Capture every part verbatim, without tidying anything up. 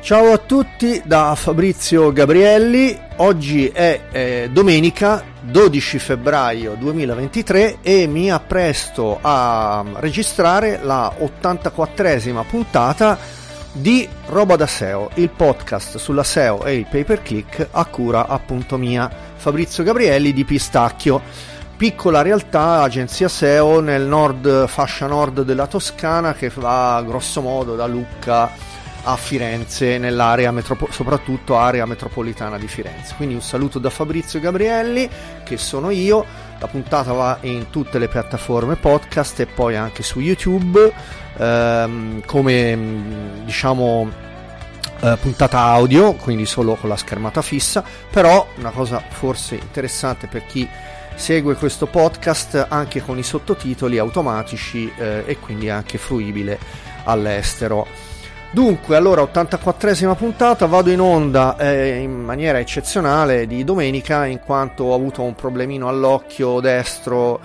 Ciao a tutti da Fabrizio Gabrielli. Oggi è eh, domenica dodici febbraio duemilaventitré e mi appresto a registrare la ottantaquattresima puntata di Roba da S E O, il podcast sulla S E O e il pay per click a cura appunto mia, Fabrizio Gabrielli di Pistacchio, piccola realtà, agenzia S E O nel nord, fascia nord della Toscana, che va grosso modo da Lucca a Firenze, nell'area metropo- soprattutto area metropolitana di Firenze. Quindi un saluto da Fabrizio Gabrielli, che sono io. La puntata va in tutte le piattaforme podcast e poi anche su YouTube ehm, come diciamo eh, puntata audio, quindi solo con la schermata fissa. Però una cosa forse interessante per chi segue questo podcast, anche con i sottotitoli automatici eh, e quindi anche fruibile all'estero. Dunque, allora, ottantaquattresima puntata, vado in onda eh, in maniera eccezionale di domenica, in quanto ho avuto un problemino all'occhio destro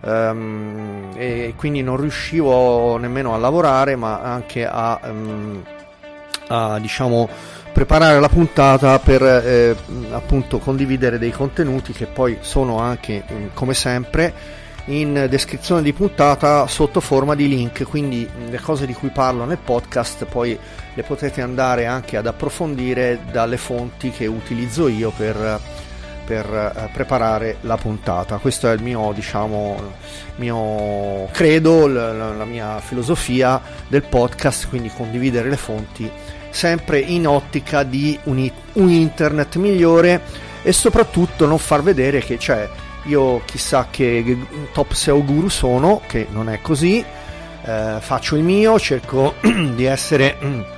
ehm, e quindi non riuscivo nemmeno a lavorare, ma anche a, um, a diciamo preparare la puntata per eh, appunto condividere dei contenuti che poi sono anche, come sempre, in descrizione di puntata sotto forma di link, quindi le cose di cui parlo nel podcast poi le potete andare anche ad approfondire dalle fonti che utilizzo io per, per preparare la puntata. Questo è il mio, diciamo, mio credo, la, la mia filosofia del podcast, quindi condividere le fonti sempre in ottica di un, un internet migliore e soprattutto non far vedere che c'è io chissà che top S E O guru sono, che non è così. Eh, faccio il mio, cerco di essere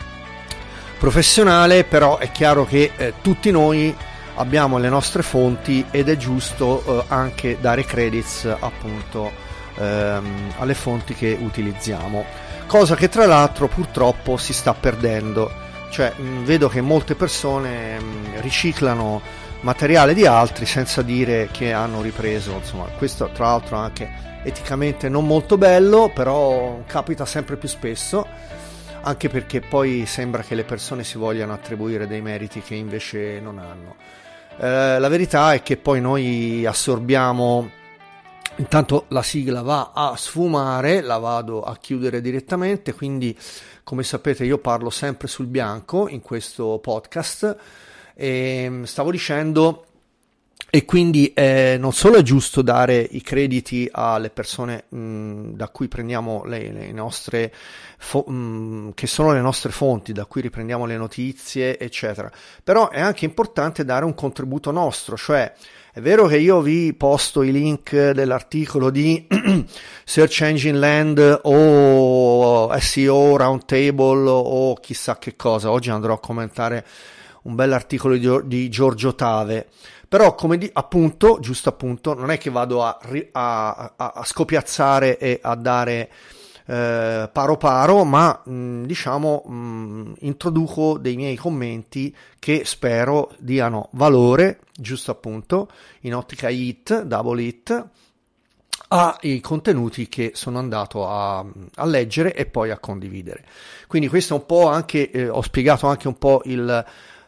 professionale, però è chiaro che eh, tutti noi abbiamo le nostre fonti ed è giusto eh, anche dare credits appunto ehm, alle fonti che utilizziamo, cosa che tra l'altro purtroppo si sta perdendo. Cioè mh, vedo che molte persone mh, riciclano materiale di altri senza dire che hanno ripreso, insomma, questo tra l'altro anche eticamente non molto bello, però capita sempre più spesso, anche perché poi sembra che le persone si vogliano attribuire dei meriti che invece non hanno. Eh, la verità è che poi noi assorbiamo, intanto la sigla va a sfumare, la vado a chiudere direttamente, quindi come sapete io parlo sempre sul bianco in questo podcast. E stavo dicendo, e quindi eh, non solo è giusto dare i crediti alle persone mh, da cui prendiamo le, le nostre fo- mh, che sono le nostre fonti, da cui riprendiamo le notizie eccetera, però è anche importante dare un contributo nostro. Cioè è vero che io vi posto i link dell'articolo di Search Engine Land o S E O Roundtable o chissà che cosa. Oggi andrò a commentare un bell'articolo di, di Giorgio Tave, però come di, appunto, giusto appunto, non è che vado a, a, a, a scopiazzare e a dare eh, paro paro, ma mh, diciamo mh, introduco dei miei commenti che spero diano valore, giusto appunto, in ottica hit, double hit, ai contenuti che sono andato a, a leggere e poi a condividere. Quindi questo è un po' anche, eh, ho spiegato anche un po' il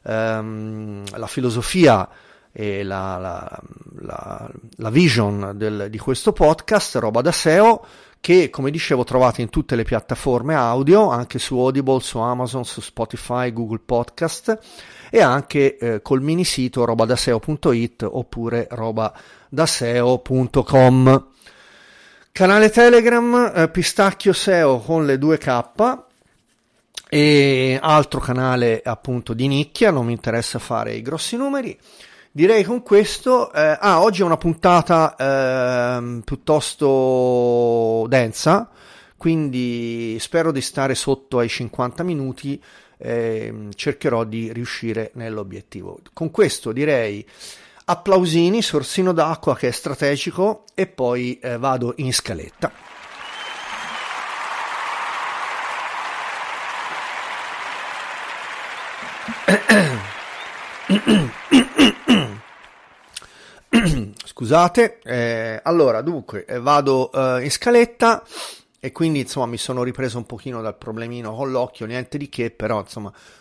la filosofia e la, la, la, la vision del, di questo podcast Roba da S E O, che come dicevo trovate in tutte le piattaforme audio, anche su Audible, su Amazon, su Spotify, Google Podcast e anche eh, col mini sito robadaseo punto it oppure robadaseo punto com. Canale Telegram eh, Pistacchio S E O con le due K, e altro canale appunto di nicchia, non mi interessa fare i grossi numeri. Direi con questo eh, ah oggi è una puntata eh, piuttosto densa, quindi spero di stare sotto ai cinquanta minuti, eh, cercherò di riuscire nell'obiettivo. Con questo direi applausini, sorsino d'acqua che è strategico e poi eh, vado in scaletta. Scusate, eh, allora dunque eh, vado eh, in scaletta e quindi insomma mi sono ripreso un pochino dal problemino con l'occhio, niente di che, però insomma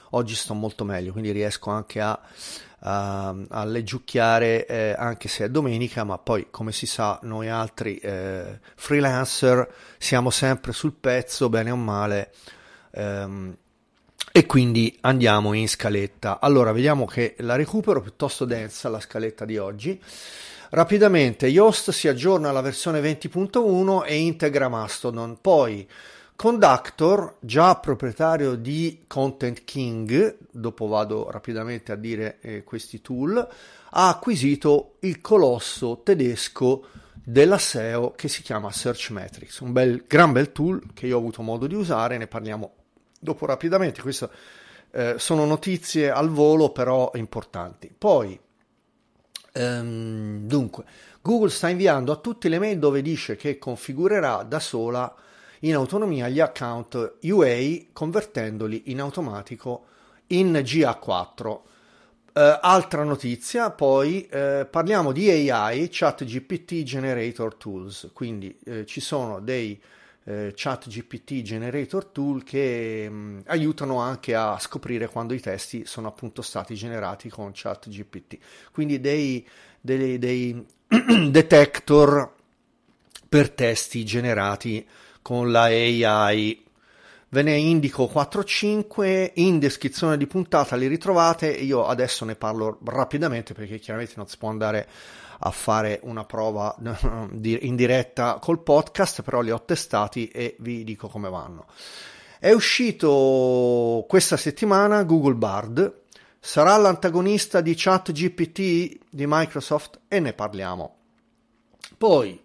oggi sto molto meglio, quindi riesco anche a, a, a leggiucchiare eh, anche se è domenica, ma poi come si sa noi altri eh, freelancer siamo sempre sul pezzo, bene o male, ehm, e quindi andiamo in scaletta. Allora, vediamo che la recupero piuttosto densa, la scaletta di oggi. Rapidamente, Yoast si aggiorna alla versione venti punto uno e integra Mastodon. Poi Conductor, già proprietario di Content King, dopo vado rapidamente a dire eh, questi tool, ha acquisito il colosso tedesco della S E O che si chiama Searchmetrics, un bel, gran bel tool che io ho avuto modo di usare, ne parliamo dopo rapidamente. Queste eh, sono notizie al volo però importanti. Poi ehm, dunque Google sta inviando a tutte le mail dove dice che configurerà da sola in autonomia gli account U A convertendoli in automatico in G A quattro. Uh, altra notizia, poi uh, parliamo di A I, ChatGPT Generator Tools, quindi uh, ci sono dei uh, ChatGPT Generator Tool che um, aiutano anche a scoprire quando i testi sono appunto stati generati con ChatGPT, quindi dei, dei, dei detector per testi generati con la A I. Ve ne indico quattro cinque, in descrizione di puntata li ritrovate, io adesso ne parlo rapidamente perché chiaramente non si può andare a fare una prova in diretta col podcast, però li ho testati e vi dico come vanno. È uscito questa settimana Google Bard, sarà l'antagonista di ChatGPT di Microsoft e ne parliamo. Poi,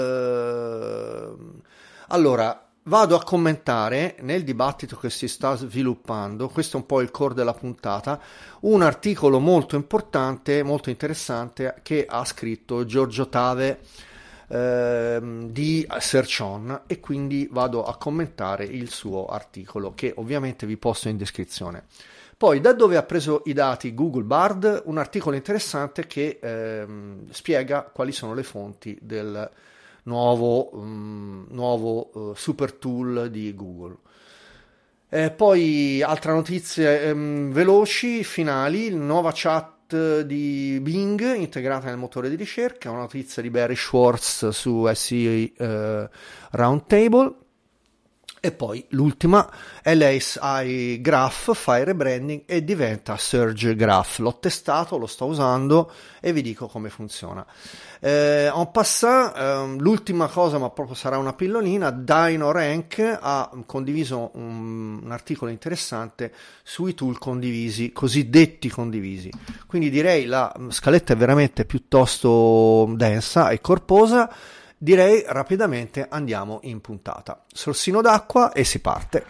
ehm, allora, vado a commentare nel dibattito che si sta sviluppando, questo è un po' il core della puntata, un articolo molto importante, molto interessante che ha scritto Giorgio Tave eh, di Search On, e quindi vado a commentare il suo articolo che ovviamente vi posto in descrizione. Poi, da dove ha preso i dati Google Bard? Un articolo interessante che eh, spiega quali sono le fonti del nuovo, um, nuovo uh, super tool di Google. Eh, poi altre notizie um, veloci, finali, nuova chat di Bing integrata nel motore di ricerca, una notizia di Barry Schwartz su S E O uh, Roundtable. E poi l'ultima, L S I Graph fa il rebranding e diventa Surge Graph. L'ho testato, lo sto usando e vi dico come funziona. Eh, en passant, eh, l'ultima cosa, ma proprio sarà una pillolina, DynoRank ha condiviso un, un articolo interessante sui tool condivisi, cosiddetti condivisi. Quindi direi la scaletta è veramente piuttosto densa e corposa. Direi rapidamente andiamo in puntata. Sorsino d'acqua e si parte.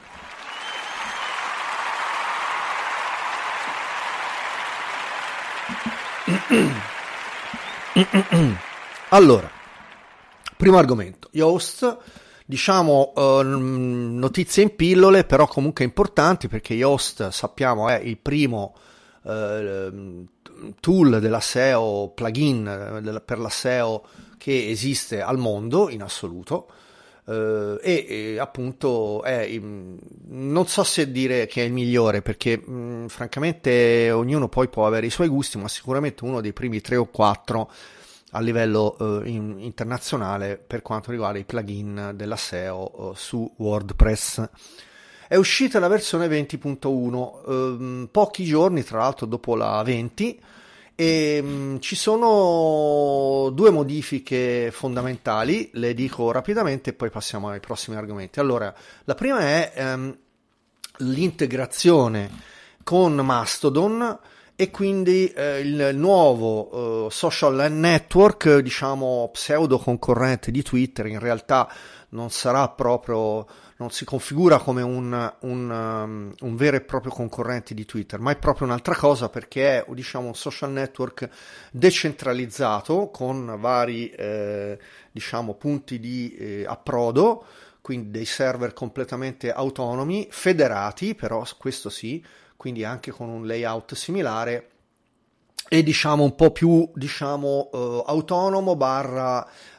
Allora, primo argomento, Yoast, diciamo eh, notizie in pillole, però comunque importanti, perché Yoast sappiamo è il primo eh, tool della S E O, plugin della, per la S E O che esiste al mondo in assoluto, eh, e, e appunto è, non so se dire che è il migliore, perché mh, francamente ognuno poi può avere i suoi gusti, ma sicuramente uno dei primi tre o quattro a livello eh, in, internazionale per quanto riguarda i plugin della S E O eh, su WordPress. È uscita la versione venti punto uno, eh, pochi giorni tra l'altro dopo la venti, e mh, ci sono due modifiche fondamentali, le dico rapidamente e poi passiamo ai prossimi argomenti. Allora, la prima è ehm, l'integrazione con Mastodon e quindi eh, il nuovo eh, social network, diciamo pseudo concorrente di Twitter. In realtà non sarà proprio, non si configura come un, un, um, un vero e proprio concorrente di Twitter, ma è proprio un'altra cosa, perché è, diciamo, un social network decentralizzato con vari eh, diciamo punti di eh, approdo, quindi dei server completamente autonomi, federati però, questo sì, quindi anche con un layout similare, e diciamo un po' più diciamo uh, autonomo barra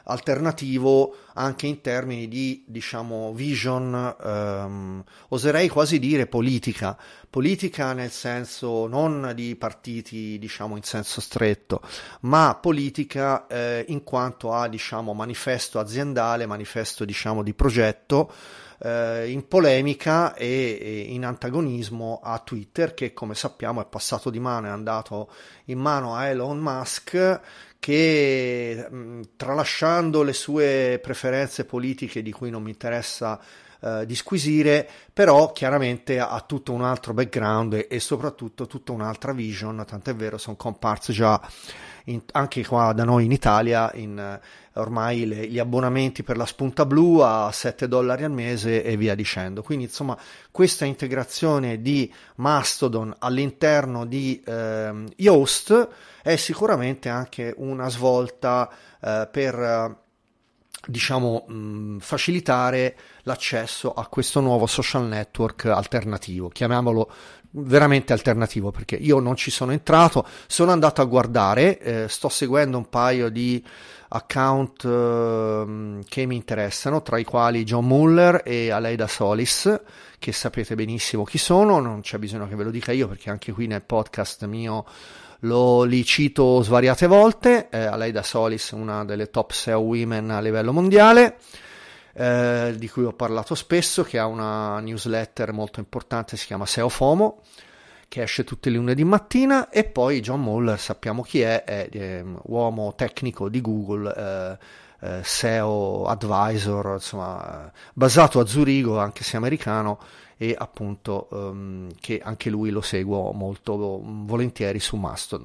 alternativo anche in termini di, diciamo, vision, ehm, oserei quasi dire politica, politica nel senso non di partiti, diciamo, in senso stretto, ma politica eh, in quanto a, diciamo, manifesto aziendale, manifesto, diciamo, di progetto, eh, in polemica e, e in antagonismo a Twitter, che come sappiamo è passato di mano, è andato in mano a Elon Musk, che tralasciando le sue preferenze politiche di cui non mi interessa eh, disquisire, però chiaramente ha tutto un altro background e, e soprattutto tutta un'altra vision, tant'è vero sono comparse già in, anche qua da noi in Italia in, ormai le, gli abbonamenti per la spunta blu a sette dollari al mese e via dicendo. Quindi insomma questa integrazione di Mastodon all'interno di ehm, Yoast è sicuramente anche una svolta eh, per eh, diciamo mh, facilitare l'accesso a questo nuovo social network alternativo, chiamiamolo veramente alternativo, perché io non ci sono entrato, sono andato a guardare, eh, sto seguendo un paio di account eh, che mi interessano, tra i quali John Muller e Aleida Solis, che sapete benissimo chi sono, non c'è bisogno che ve lo dica io perché anche qui nel podcast mio lo li cito svariate volte. eh, Aleida Solis, una delle top S E O women a livello mondiale, eh, di cui ho parlato spesso, che ha una newsletter molto importante, si chiama S E O FOMO, che esce tutte le lunedì mattina. E poi John Muller, sappiamo chi è, è, è uomo tecnico di Google, eh, eh, S E O advisor, insomma, basato a Zurigo, anche se americano, e appunto um, che anche lui lo seguo molto volentieri su Mastodon.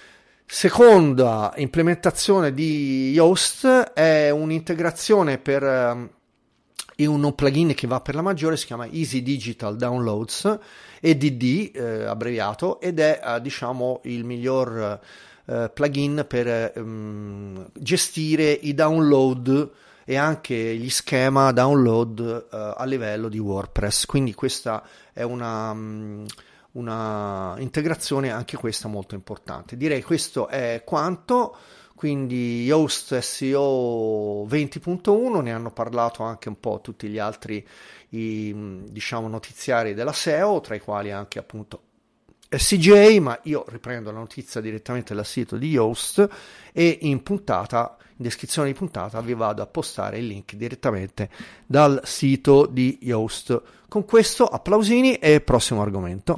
Seconda implementazione di Yoast è un'integrazione per um, in un plugin che va per la maggiore, si chiama Easy Digital Downloads, E D D eh, abbreviato, ed è eh, diciamo il miglior eh, plugin per um, gestire i download e anche gli schema download uh, a livello di WordPress. Quindi questa è una, um, una integrazione anche questa molto importante. Direi questo è quanto. Quindi Yoast S E O venti punto uno, ne hanno parlato anche un po' tutti gli altri i, diciamo notiziari della S E O, tra i quali anche appunto S J, ma io riprendo la notizia direttamente dal sito di Yoast e in puntata, in descrizione di puntata, vi vado a postare il link direttamente dal sito di Yoast. Con questo, applausini e prossimo argomento.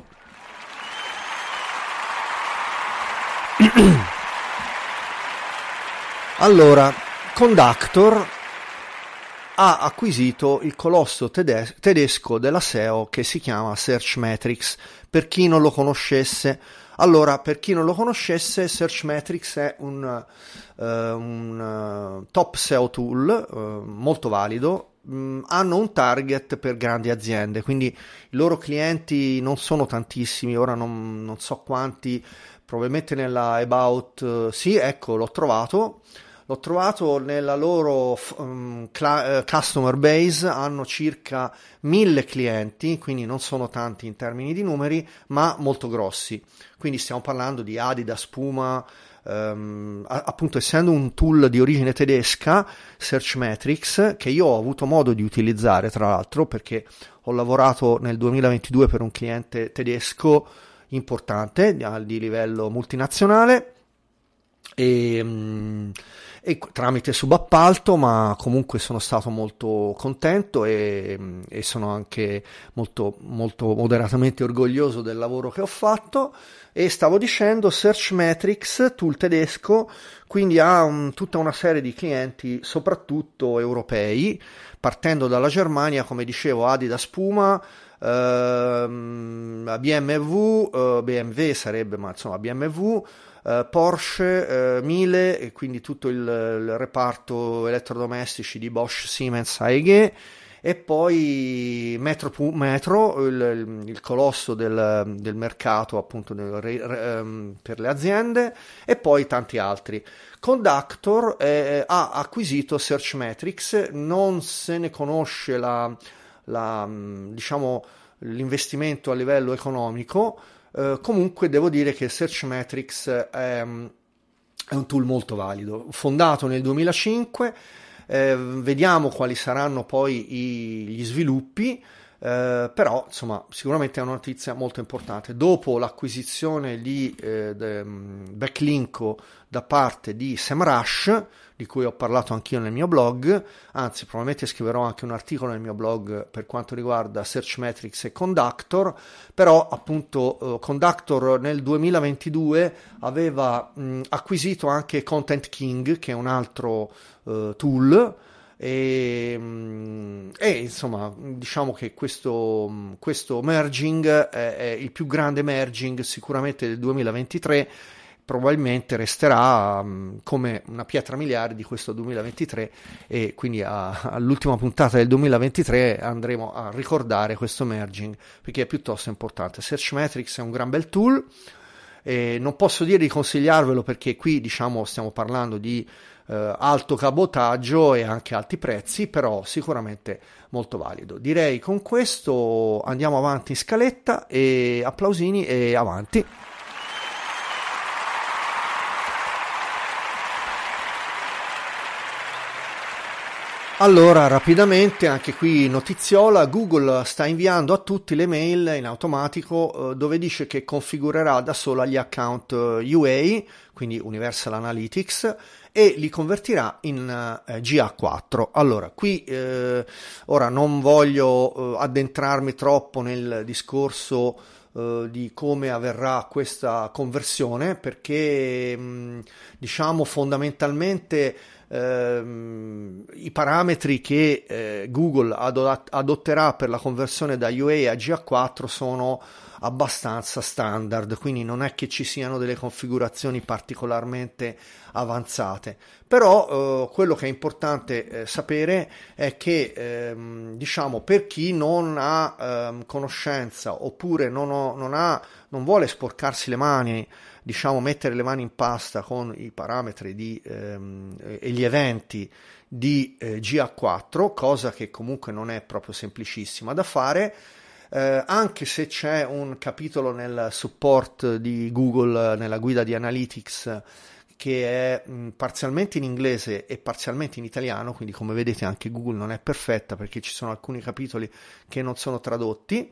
Allora, Conductor ha acquisito il colosso tede- tedesco della S E O che si chiama Searchmetrics. Per chi non lo conoscesse, allora, per chi non lo conoscesse, Searchmetrics è un, uh, un uh, top S E O tool uh, molto valido. Mm, hanno un target per grandi aziende, quindi i loro clienti non sono tantissimi, ora non, non so quanti, probabilmente nella About, uh, sì, ecco, l'ho trovato. L'ho trovato nella loro um, cl- uh, customer base, hanno circa mille clienti, quindi non sono tanti in termini di numeri, ma molto grossi. Quindi stiamo parlando di Adidas, Puma, um, a- appunto essendo un tool di origine tedesca, Searchmetrics, che io ho avuto modo di utilizzare tra l'altro, perché ho lavorato nel duemilaventidue per un cliente tedesco importante, di, di livello multinazionale, e... Um, e tramite subappalto, ma comunque sono stato molto contento e, e sono anche molto, molto moderatamente orgoglioso del lavoro che ho fatto. E stavo dicendo, Searchmetrics, tool tedesco, quindi ha un, tutta una serie di clienti, soprattutto europei, partendo dalla Germania, come dicevo, Adidas, Puma, ehm, B M W, eh, B M W sarebbe, ma insomma B M W, Uh, Porsche, uh, Miele, e quindi tutto il, il reparto elettrodomestici di Bosch, Siemens, A E G, e poi Metro, Metro il, il, il colosso del, del mercato appunto del, um, per le aziende, e poi tanti altri. Conductor eh, ha acquisito Searchmetrics, non se ne conosce la, la, diciamo, l'investimento a livello economico. Uh, comunque devo dire che Searchmetrics è, è un tool molto valido, fondato nel duemilacinque. Eh, vediamo quali saranno poi i, gli sviluppi, eh, però insomma sicuramente è una notizia molto importante. Dopo l'acquisizione di eh, de, Backlinko da parte di SEMrush, di cui ho parlato anch'io nel mio blog, anzi probabilmente scriverò anche un articolo nel mio blog per quanto riguarda Searchmetrics e Conductor, però appunto eh, Conductor nel duemilaventidue aveva mh, acquisito anche Content King, che è un altro uh, tool, e, mh, e insomma diciamo che questo, questo merging è, è il più grande merging sicuramente del duemilaventitré. Probabilmente resterà um, come una pietra miliare di questo duemilaventitré, e quindi a, all'ultima puntata del duemilaventitré andremo a ricordare questo merging perché è piuttosto importante. Searchmetrics è un gran bel tool, e non posso dire di consigliarvelo perché qui diciamo stiamo parlando di uh, alto cabotaggio e anche alti prezzi, però sicuramente molto valido. Direi con questo andiamo avanti in scaletta, e applausini e avanti. Allora, rapidamente, anche qui notiziola, Google sta inviando a tutti le mail in automatico eh, dove dice che configurerà da sola gli account eh, U A, quindi Universal Analytics, e li convertirà in eh, G A quattro. Allora, qui eh, ora non voglio eh, addentrarmi troppo nel discorso eh, di come avverrà questa conversione, perché mh, diciamo fondamentalmente Uh, i parametri che uh, Google adot- adotterà per la conversione da U A a G A quattro sono abbastanza standard, quindi non è che ci siano delle configurazioni particolarmente avanzate, però uh, quello che è importante uh, sapere è che uh, diciamo per chi non ha uh, conoscenza oppure non, ho, non, ha, non vuole sporcarsi le mani, diciamo mettere le mani in pasta con i parametri di, ehm, e gli eventi di eh, G A quattro, cosa che comunque non è proprio semplicissima da fare, eh, anche se c'è un capitolo nel support di Google, nella guida di Analytics, che è mh, parzialmente in inglese e parzialmente in italiano, quindi come vedete anche Google non è perfetta perché ci sono alcuni capitoli che non sono tradotti.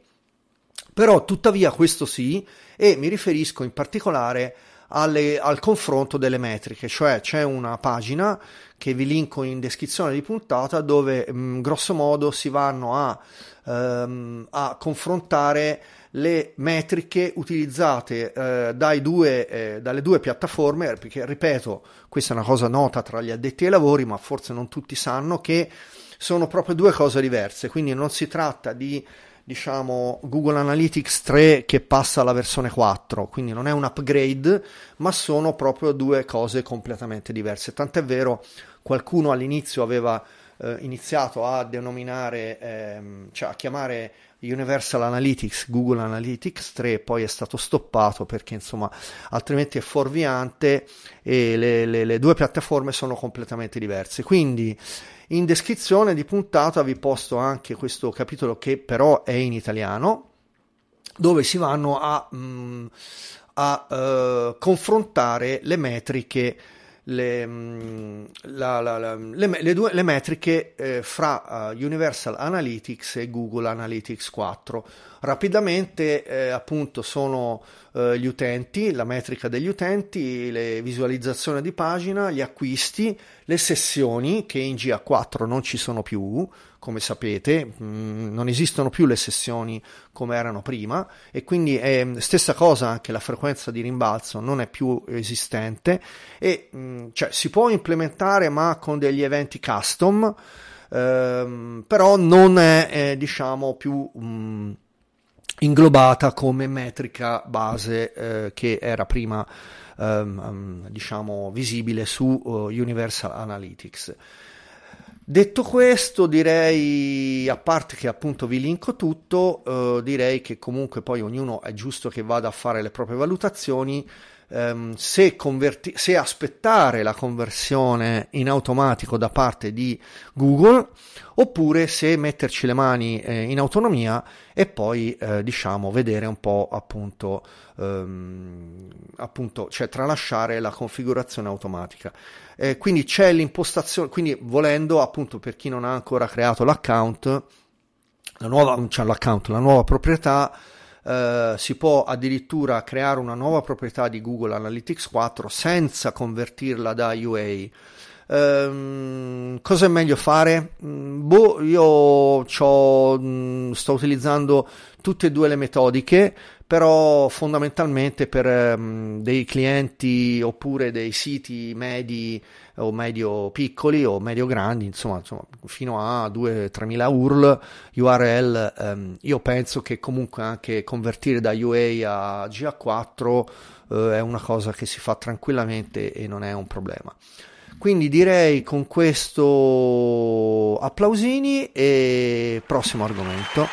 Però tuttavia questo sì, e mi riferisco in particolare alle, al confronto delle metriche, cioè c'è una pagina che vi linko in descrizione di puntata dove mh, grosso modo si vanno a, ehm, a confrontare le metriche utilizzate eh, dai due, eh, dalle due piattaforme, perché ripeto, questa è una cosa nota tra gli addetti ai lavori, ma forse non tutti sanno che sono proprio due cose diverse, quindi non si tratta di diciamo Google Analytics tre che passa alla versione quattro, quindi non è un upgrade, ma sono proprio due cose completamente diverse. Tant'è vero, qualcuno all'inizio aveva eh, iniziato a denominare, ehm, cioè a chiamare Universal Analytics Google Analytics tre, poi è stato stoppato perché insomma altrimenti è fuorviante e le, le, le due piattaforme sono completamente diverse. Quindi in descrizione di puntata vi posto anche questo capitolo che però è in italiano, dove si vanno a, mh, a uh, confrontare le metriche, le, mh, la, la, la, le, le, due, le metriche eh, fra uh, Universal Analytics e Google Analytics quattro. Rapidamente eh, appunto sono eh, gli utenti, la metrica degli utenti, le visualizzazioni di pagina, gli acquisti, le sessioni che in G A quattro non ci sono più, come sapete, mh, non esistono più le sessioni come erano prima, e quindi è stessa cosa anche la frequenza di rimbalzo non è più esistente, e mh, cioè si può implementare ma con degli eventi custom, ehm, però non è eh, diciamo più mh, inglobata come metrica base eh, che era prima um, diciamo visibile su uh, Universal Analytics. Detto questo, direi, a parte che appunto vi linko tutto, uh, direi che comunque poi ognuno è giusto che vada a fare le proprie valutazioni. ehm, se, converti- se aspettare la conversione in automatico da parte di Google, oppure se metterci le mani eh, in autonomia e poi eh, diciamo vedere un po' appunto, ehm, appunto cioè tralasciare la configurazione automatica. Eh, quindi c'è l'impostazione, quindi volendo appunto per chi non ha ancora creato l'account, la nuova, cioè l'account, la nuova proprietà, eh, si può addirittura creare una nuova proprietà di Google Analytics quattro senza convertirla da U A. Um, cosa è meglio fare? Um, boh, io c'ho, um, sto utilizzando tutte e due le metodiche, però fondamentalmente per um, dei clienti oppure dei siti medi o medio piccoli o medio grandi, insomma, insomma fino a due tre mila U R L, U R L, um, io penso che comunque anche convertire da U A a G A quattro uh, è una cosa che si fa tranquillamente e non è un problema. Quindi direi con questo applausini e prossimo argomento.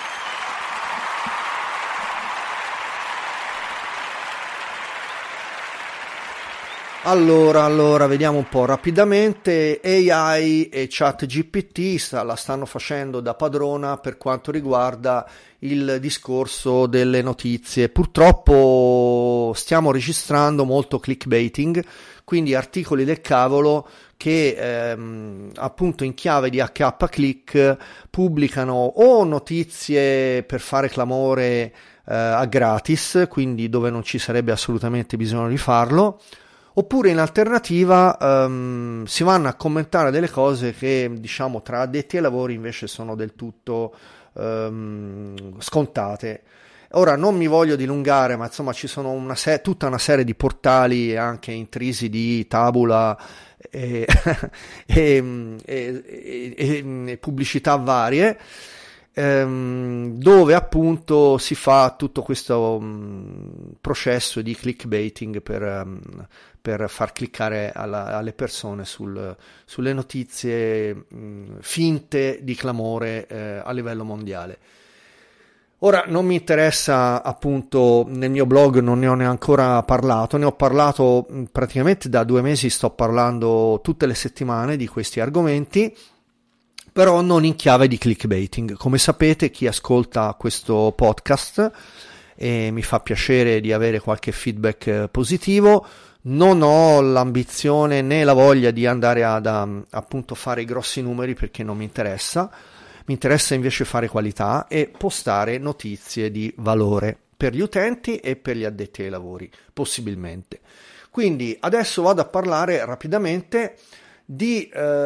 Allora, allora, vediamo un po' rapidamente. A I e ChatGPT sta, la stanno facendo da padrona per quanto riguarda il discorso delle notizie. Purtroppo stiamo registrando molto clickbaiting, quindi articoli del cavolo che ehm, appunto in chiave di H H click pubblicano o notizie per fare clamore eh, a gratis, quindi dove non ci sarebbe assolutamente bisogno di farlo, oppure in alternativa um, si vanno a commentare delle cose che diciamo tra addetti ai lavori invece sono del tutto um, scontate. Ora non mi voglio dilungare, ma insomma ci sono una se- tutta una serie di portali anche intrisi di tabula e, e, e, e, e pubblicità varie, ehm, dove appunto si fa tutto questo um, processo di clickbaiting per, um, per far cliccare alla, alle persone sul, sulle notizie mh, finte di clamore eh, a livello mondiale. Ora non mi interessa, appunto nel mio blog non ne ho neanche ancora parlato, ne ho parlato mh, praticamente da due mesi, sto parlando tutte le settimane di questi argomenti, però non in chiave di clickbaiting. Come sapete, chi ascolta questo podcast, e mi fa piacere di avere qualche feedback eh, positivo, non ho l'ambizione né la voglia di andare ad um, appunto fare i grossi numeri, perché non mi interessa. Mi interessa invece fare qualità e postare notizie di valore per gli utenti e per gli addetti ai lavori, possibilmente. Quindi adesso vado a parlare rapidamente di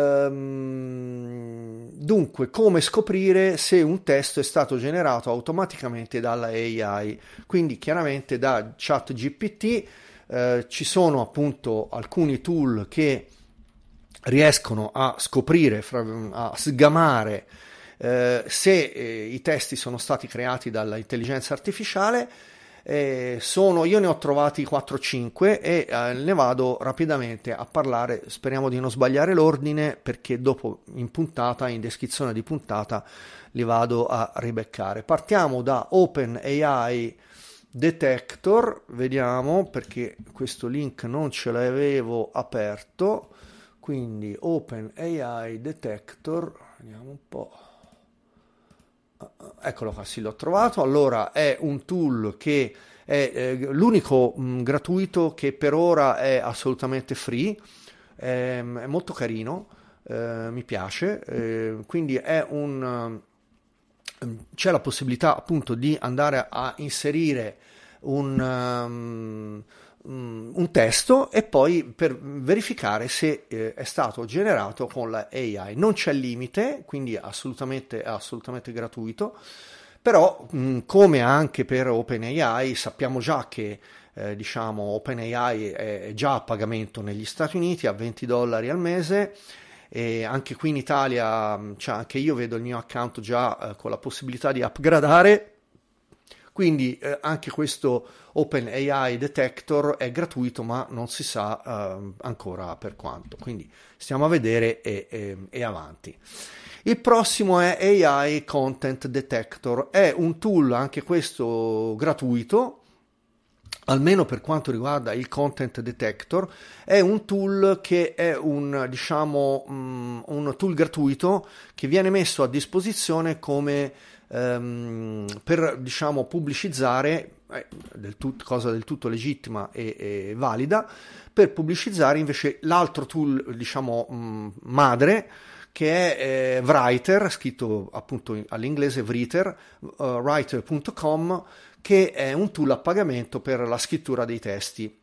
ehm, dunque come scoprire se un testo è stato generato automaticamente dalla A I, quindi chiaramente da ChatGPT. Eh, ci sono appunto alcuni tool che riescono a scoprire, a sgamare eh, se eh, i testi sono stati creati dall'intelligenza artificiale. Eh, sono, io ne ho trovati quattro cinque e eh, ne vado rapidamente a parlare. Speriamo di non sbagliare l'ordine, perché dopo in puntata, in descrizione di puntata, li vado a ribeccare. Partiamo da OpenAI Detector, vediamo, perché questo link non ce l'avevo aperto, quindi OpenAI Detector, vediamo un po'. Eccolo qua, sì, l'ho trovato. Allora, è un tool che è eh, l'unico mh, gratuito che per ora è assolutamente free, è, è molto carino, eh, mi piace, eh, quindi è un c'è la possibilità appunto di andare a inserire un, um, un testo e poi per verificare se eh, è stato generato con la A I. Non c'è limite, quindi assolutamente, è assolutamente gratuito, però mh, come anche per OpenAI sappiamo già che eh, diciamo OpenAI è già a pagamento negli Stati Uniti a venti dollari al mese. E anche qui in Italia, cioè anche io vedo il mio account già eh, con la possibilità di upgradare, quindi eh, anche questo OpenAI Detector è gratuito, ma non si sa eh, ancora per quanto, quindi stiamo a vedere e, e, e avanti. Il prossimo è A I Content Detector, è un tool anche questo gratuito, almeno per quanto riguarda il Content Detector, è un tool che è un, diciamo, um, un tool gratuito che viene messo a disposizione come um, per, diciamo, pubblicizzare, eh, del tut, cosa del tutto legittima e, e valida, per pubblicizzare invece l'altro tool, diciamo, um, madre, che è eh, Writer, scritto appunto all'inglese Writer, uh, writer punto com, che è un tool a pagamento per la scrittura dei testi.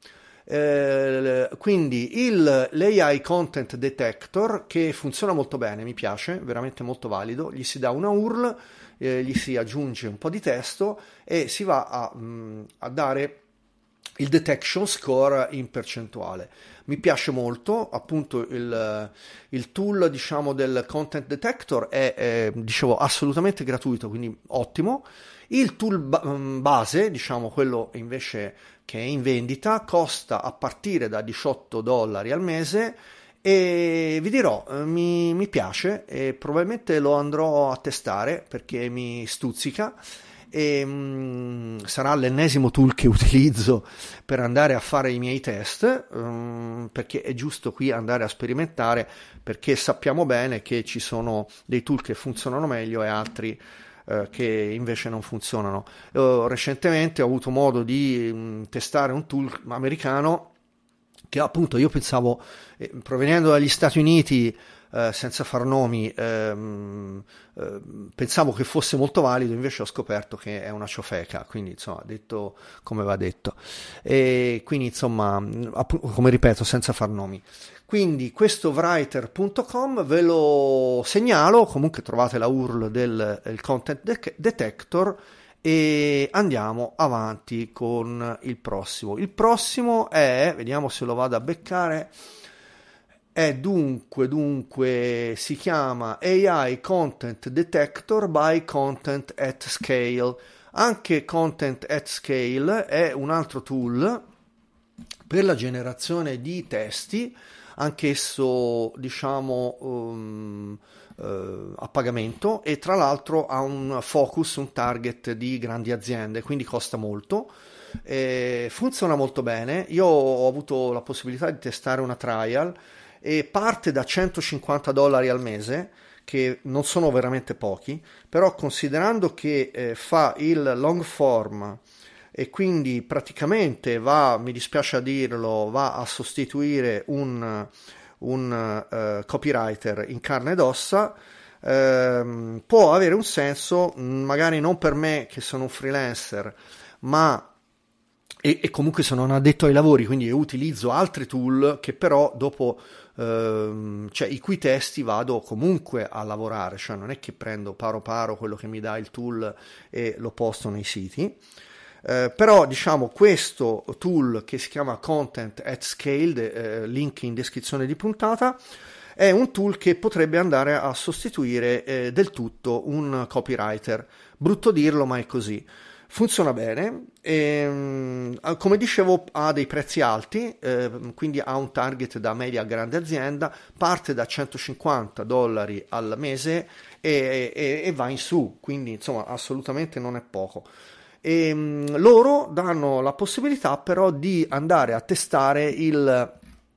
Eh, quindi il, l'A I Content Detector, che funziona molto bene, mi piace, veramente molto valido, gli si dà una U R L, eh, gli si aggiunge un po' di testo e si va a, mh, a dare il detection score in percentuale. Mi piace molto, appunto il, il tool, diciamo, del Content Detector è, è dicevo, assolutamente gratuito, quindi ottimo. Il tool base, diciamo quello invece che è in vendita, costa a partire da diciotto dollari al mese e vi dirò, mi, mi piace e probabilmente lo andrò a testare perché mi stuzzica e mh, sarà l'ennesimo tool che utilizzo per andare a fare i miei test, um, perché è giusto qui andare a sperimentare, perché sappiamo bene che ci sono dei tool che funzionano meglio e altri che invece non funzionano. Io recentemente ho avuto modo di mh, testare un tool americano che appunto io pensavo, eh, provenendo dagli Stati Uniti, eh, senza far nomi, ehm, eh, pensavo che fosse molto valido, invece ho scoperto che è una ciofeca, quindi insomma, detto come va detto. E quindi insomma, appunto, come ripeto, senza far nomi. Quindi questo writer punto com ve lo segnalo, comunque trovate la U R L del, del Content Detector e andiamo avanti con il prossimo. Il prossimo è, vediamo se lo vado a beccare, è dunque, dunque si chiama A I Content Detector by Content at Scale. Anche Content at Scale è un altro tool per la generazione di testi, anch'esso diciamo um, uh, a pagamento, e tra l'altro ha un focus, un target di grandi aziende, quindi costa molto, e funziona molto bene. Io ho avuto la possibilità di testare una trial e parte da centocinquanta dollari al mese, che non sono veramente pochi, però considerando che eh, fa il long form e quindi praticamente va, mi dispiace a dirlo, va a sostituire un, un uh, copywriter in carne ed ossa, ehm, può avere un senso, magari non per me che sono un freelancer, ma e, e comunque sono un addetto ai lavori, quindi utilizzo altri tool che però dopo, ehm, cioè i cui testi vado comunque a lavorare, cioè non è che prendo paro paro quello che mi dà il tool e lo posto nei siti. Eh, però diciamo questo tool che si chiama Content at Scale, eh, link in descrizione di puntata, è un tool che potrebbe andare a sostituire eh, del tutto un copywriter. Brutto dirlo, ma è così. Funziona bene e, come dicevo, ha dei prezzi alti, eh, quindi ha un target da media a grande azienda, parte da centocinquanta dollari al mese e, e, e va in su, quindi insomma assolutamente non è poco. E mh, loro danno la possibilità però di andare a testare il,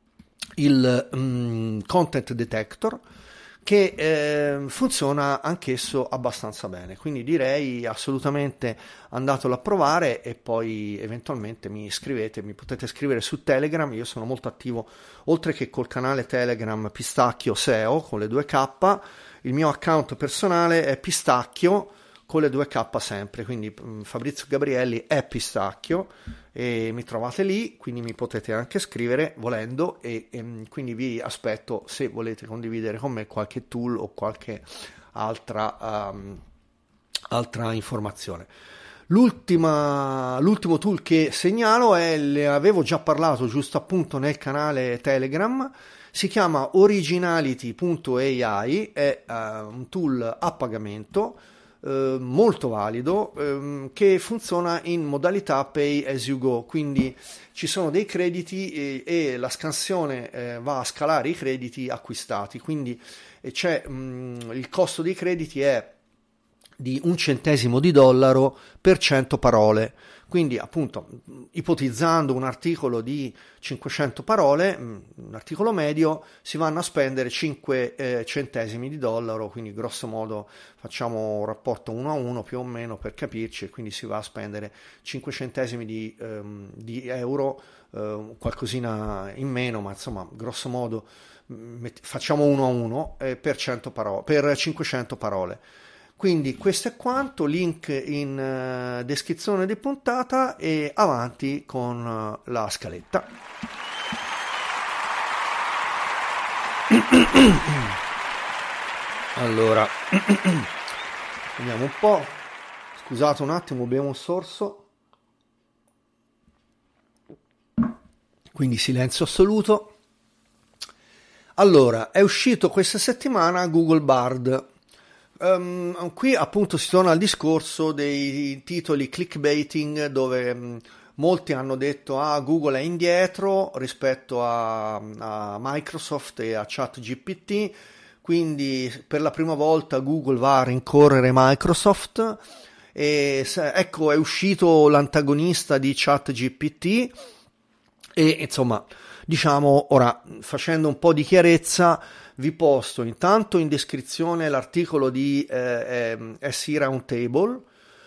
il mh, Content Detector, che eh, funziona anch'esso abbastanza bene, quindi direi assolutamente andatelo a provare e poi eventualmente mi scrivete, mi potete scrivere su Telegram. Io sono molto attivo, oltre che col canale Telegram Pistacchio S E O con le due K, il mio account personale è Pistacchio con le due K sempre, quindi Fabrizio Gabrielli è Pistacchio e mi trovate lì, quindi mi potete anche scrivere volendo e, e quindi vi aspetto se volete condividere con me qualche tool o qualche altra, um, altra informazione. L'ultima, l'ultimo tool che segnalo è, le avevo già parlato giusto appunto nel canale Telegram, si chiama originality punto A I, è uh, un tool a pagamento Eh, molto valido, ehm, che funziona in modalità pay as you go, quindi ci sono dei crediti e, e la scansione eh, va a scalare i crediti acquistati, quindi eh, c'è mh, il costo dei crediti è di un centesimo di dollaro per cento parole. Quindi appunto ipotizzando un articolo di cinquecento parole, un articolo medio, si vanno a spendere cinque eh, centesimi di dollaro, quindi grosso modo facciamo un rapporto uno a uno più o meno per capirci, e quindi si va a spendere cinque centesimi di, ehm, di euro, eh, qualcosina in meno, ma insomma grosso modo met- facciamo uno a uno eh, per, cento parole, per cinquecento parole. Quindi questo è quanto, link in uh, descrizione di puntata, e avanti con uh, la scaletta. Allora, vediamo un po', scusate un attimo, bevo un sorso, quindi silenzio assoluto. Allora, è uscito questa settimana Google Bard. Um, qui appunto si torna al discorso dei titoli clickbaiting, dove um, molti hanno detto ah, Google è indietro rispetto a, a Microsoft e a ChatGPT, quindi per la prima volta Google va a rincorrere Microsoft, e se, ecco è uscito l'antagonista di ChatGPT. E insomma, diciamo, ora facendo un po' di chiarezza, vi posto intanto in descrizione l'articolo di eh, eh, S E Roundtable,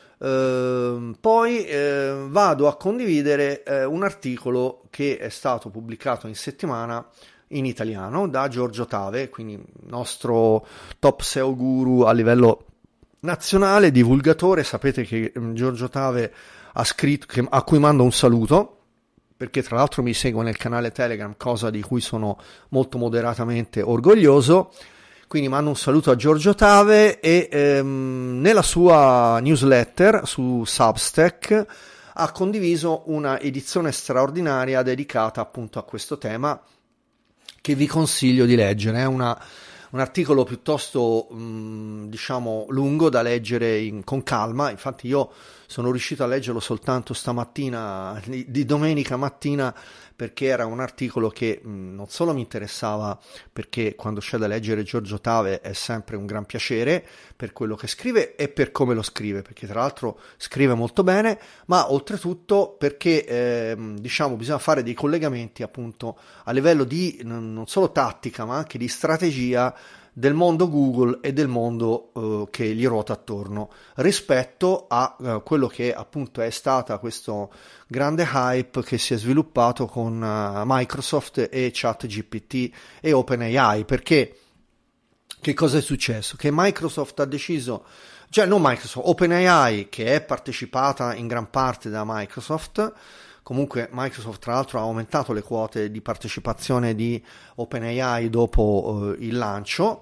eh, poi eh, vado a condividere eh, un articolo che è stato pubblicato in settimana in italiano da Giorgio Tave, quindi nostro top S E O guru a livello nazionale, divulgatore. Sapete che Giorgio Tave ha scritto, che, a cui mando un saluto, perché tra l'altro mi segue nel canale Telegram, cosa di cui sono molto moderatamente orgoglioso. Quindi mando un saluto a Giorgio Tave, e ehm, nella sua newsletter su Substack ha condiviso una edizione straordinaria dedicata appunto a questo tema, che vi consiglio di leggere. È una, un articolo piuttosto mh, diciamo lungo da leggere in, con calma. Infatti io sono riuscito a leggerlo soltanto stamattina, di, di domenica mattina, perché era un articolo che mh, non solo mi interessava, perché quando c'è da leggere Giorgio Tave è sempre un gran piacere per quello che scrive e per come lo scrive, perché tra l'altro scrive molto bene, ma oltretutto perché eh, diciamo bisogna fare dei collegamenti appunto a livello di non solo tattica, ma anche di strategia del mondo Google e del mondo uh, che gli ruota attorno, rispetto a uh, quello che appunto è stata questo grande hype che si è sviluppato con uh, Microsoft e ChatGPT e OpenAI. Perché che cosa è successo? Che Microsoft ha deciso, cioè non Microsoft, OpenAI, che è partecipata in gran parte da Microsoft. Comunque Microsoft tra l'altro ha aumentato le quote di partecipazione di OpenAI dopo eh, il lancio,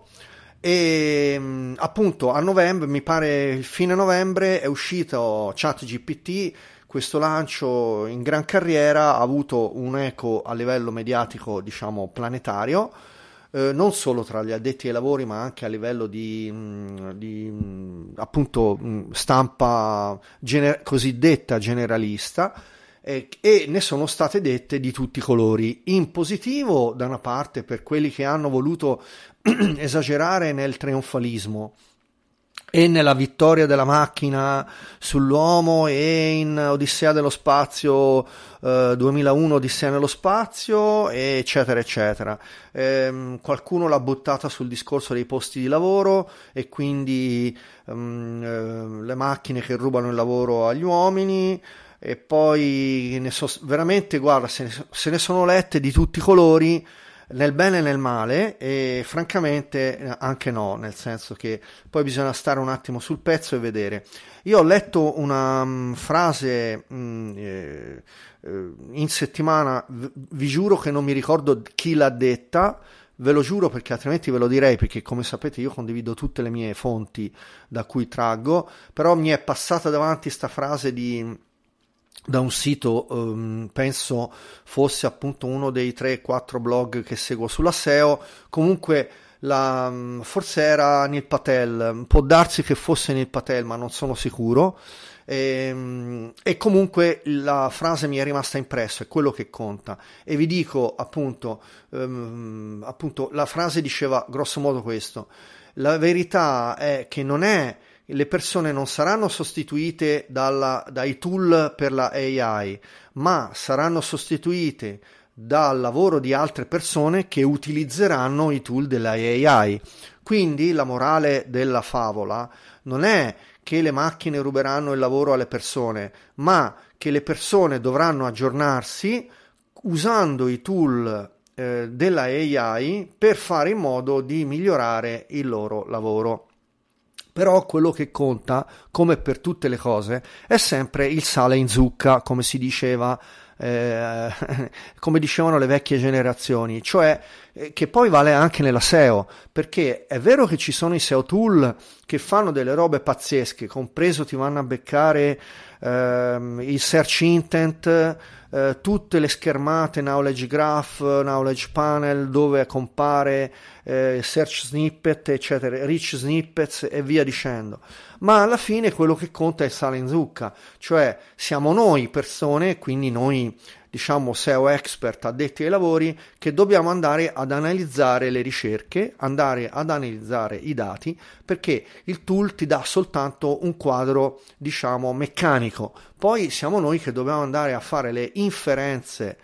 e mh, appunto a novembre, mi pare il fine novembre, è uscito ChatGPT. Questo lancio in gran carriera ha avuto un eco a livello mediatico, diciamo, planetario, eh, non solo tra gli addetti ai lavori, ma anche a livello di, mh, di mh, appunto mh, stampa gener- cosiddetta generalista. E ne sono state dette di tutti i colori, in positivo da una parte per quelli che hanno voluto esagerare nel trionfalismo e nella vittoria della macchina sull'uomo, e in Odissea dello spazio eh, duemilauno Odissea nello spazio, eccetera eccetera. Ehm, qualcuno l'ha buttata sul discorso dei posti di lavoro, e quindi ehm, le macchine che rubano il lavoro agli uomini. E poi ne so, veramente, guarda, se ne, se ne sono lette di tutti i colori, nel bene e nel male, e francamente anche no, nel senso che poi bisogna stare un attimo sul pezzo e vedere. Io ho letto una um, frase um, eh, in settimana, vi giuro che non mi ricordo chi l'ha detta, ve lo giuro, perché altrimenti ve lo direi, perché come sapete io condivido tutte le mie fonti da cui traggo, però mi è passata davanti sta frase di da un sito, um, penso fosse appunto uno dei tre quattro blog che seguo sulla S E O, comunque la, forse era Neil Patel, può darsi che fosse Neil Patel, ma non sono sicuro, e, e comunque la frase mi è rimasta impressa, è quello che conta. E vi dico appunto, um, appunto la frase diceva grosso modo questo: la verità è che non è le persone non saranno sostituite dalla, dai tool per la A I, ma saranno sostituite dal lavoro di altre persone che utilizzeranno i tool della A I. Quindi la morale della favola non è che le macchine ruberanno il lavoro alle persone, ma che le persone dovranno aggiornarsi usando i tool eh, della A I per fare in modo di migliorare il loro lavoro. Però quello che conta, come per tutte le cose, è sempre il sale in zucca, come si diceva, eh, come dicevano le vecchie generazioni, cioè eh, che poi vale anche nella S E O, perché è vero che ci sono i S E O tool che fanno delle robe pazzesche, compreso ti vanno a beccare ehm, il search intent, eh, tutte le schermate, knowledge graph, knowledge panel, dove compare eh, search snippet, eccetera, rich snippets e via dicendo. Ma alla fine quello che conta è il sale in zucca, cioè siamo noi persone, quindi noi diciamo S E O expert addetti ai lavori, che dobbiamo andare ad analizzare le ricerche, andare ad analizzare i dati, perché il tool ti dà soltanto un quadro diciamo meccanico, poi siamo noi che dobbiamo andare a fare le inferenze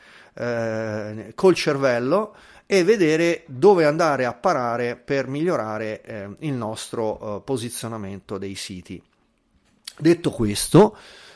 eh, col cervello e vedere dove andare a parare per migliorare eh, il nostro eh, posizionamento dei siti. Detto questo,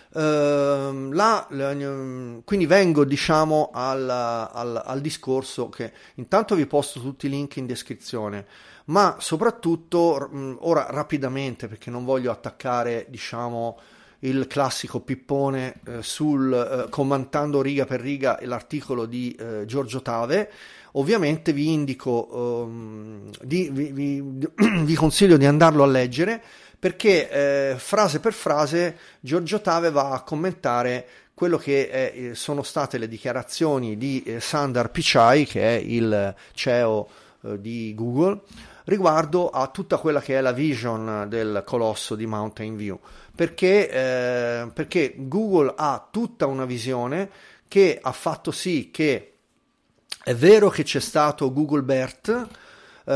Uh, la, la, quindi vengo diciamo al, al, al discorso che intanto vi posto tutti i link in descrizione, ma soprattutto mh, ora rapidamente, perché non voglio attaccare diciamo il classico pippone eh, sul eh, commentando riga per riga l'articolo di eh, Giorgio Tave. Ovviamente vi indico um, di, vi, vi, vi consiglio di andarlo a leggere, perché eh, frase per frase Giorgio Tave va a commentare quello che è, sono state le dichiarazioni di eh, Sundar Pichai, che è il C E O eh, di Google, riguardo a tutta quella che è la vision del colosso di Mountain View, perché, eh, perché Google ha tutta una visione che ha fatto sì che è vero che c'è stato Google Bert Uh,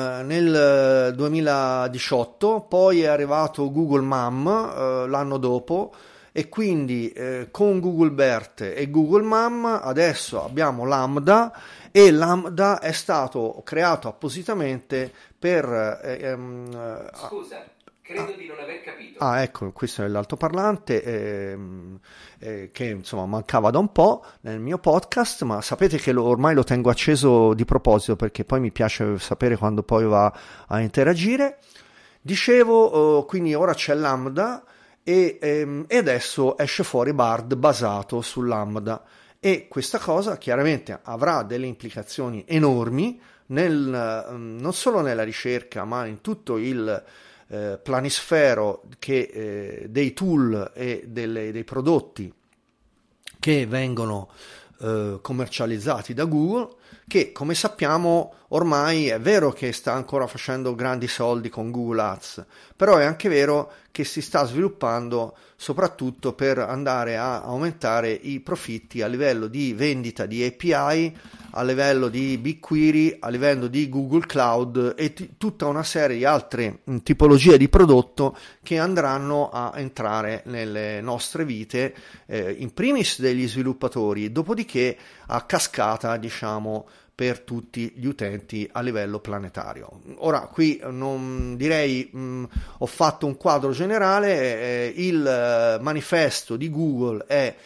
nel duemiladiciotto, poi è arrivato Google Mom uh, l'anno dopo, e quindi uh, con Google Bert e Google Mom adesso abbiamo Lambda, e Lambda è stato creato appositamente per eh, um, scusa credo ah, di non aver capito. Ah, ecco, questo è l'altoparlante eh, eh, che insomma mancava da un po' nel mio podcast, ma sapete che lo, ormai lo tengo acceso di proposito, perché poi mi piace sapere quando poi va a interagire. Dicevo, eh, quindi ora c'è Lambda e, ehm, e adesso esce fuori Bard basato su Lambda, e questa cosa chiaramente avrà delle implicazioni enormi nel, non solo nella ricerca, ma in tutto il Eh, planisfero che, eh, dei tool e delle, dei prodotti che vengono eh, commercializzati da Google, che come sappiamo ormai è vero che sta ancora facendo grandi soldi con Google Ads, però è anche vero che si sta sviluppando soprattutto per andare a aumentare i profitti a livello di vendita di A P I, a livello di BigQuery, a livello di Google Cloud e t- tutta una serie di altre mh, tipologie di prodotto che andranno a entrare nelle nostre vite, eh, in primis degli sviluppatori, dopodiché a cascata diciamo per tutti gli utenti a livello planetario. Ora qui non direi mh, ho fatto un quadro generale, eh, il eh, manifesto di Google è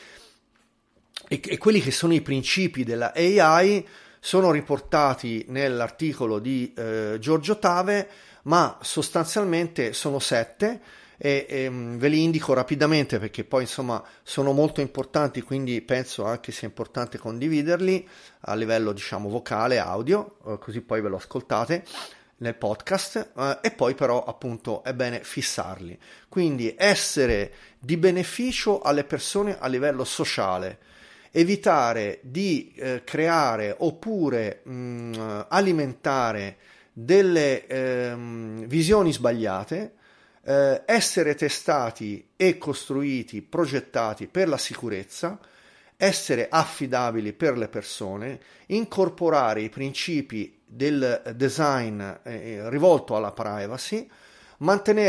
e, e quelli che sono i principi della A I sono riportati nell'articolo di eh, Giorgio Tave, ma sostanzialmente sono sette. E, e ve li indico rapidamente perché poi insomma sono molto importanti, quindi penso anche sia importante condividerli a livello diciamo vocale, audio, eh, così poi ve lo ascoltate nel podcast, eh, e poi però appunto è bene fissarli, quindi essere di beneficio alle persone a livello sociale, evitare di eh, creare oppure mh, alimentare delle ehm, visioni sbagliate, Eh, essere testati e costruiti, progettati per la sicurezza, essere affidabili per le persone, incorporare i principi del design eh, rivolto alla privacy, mantenere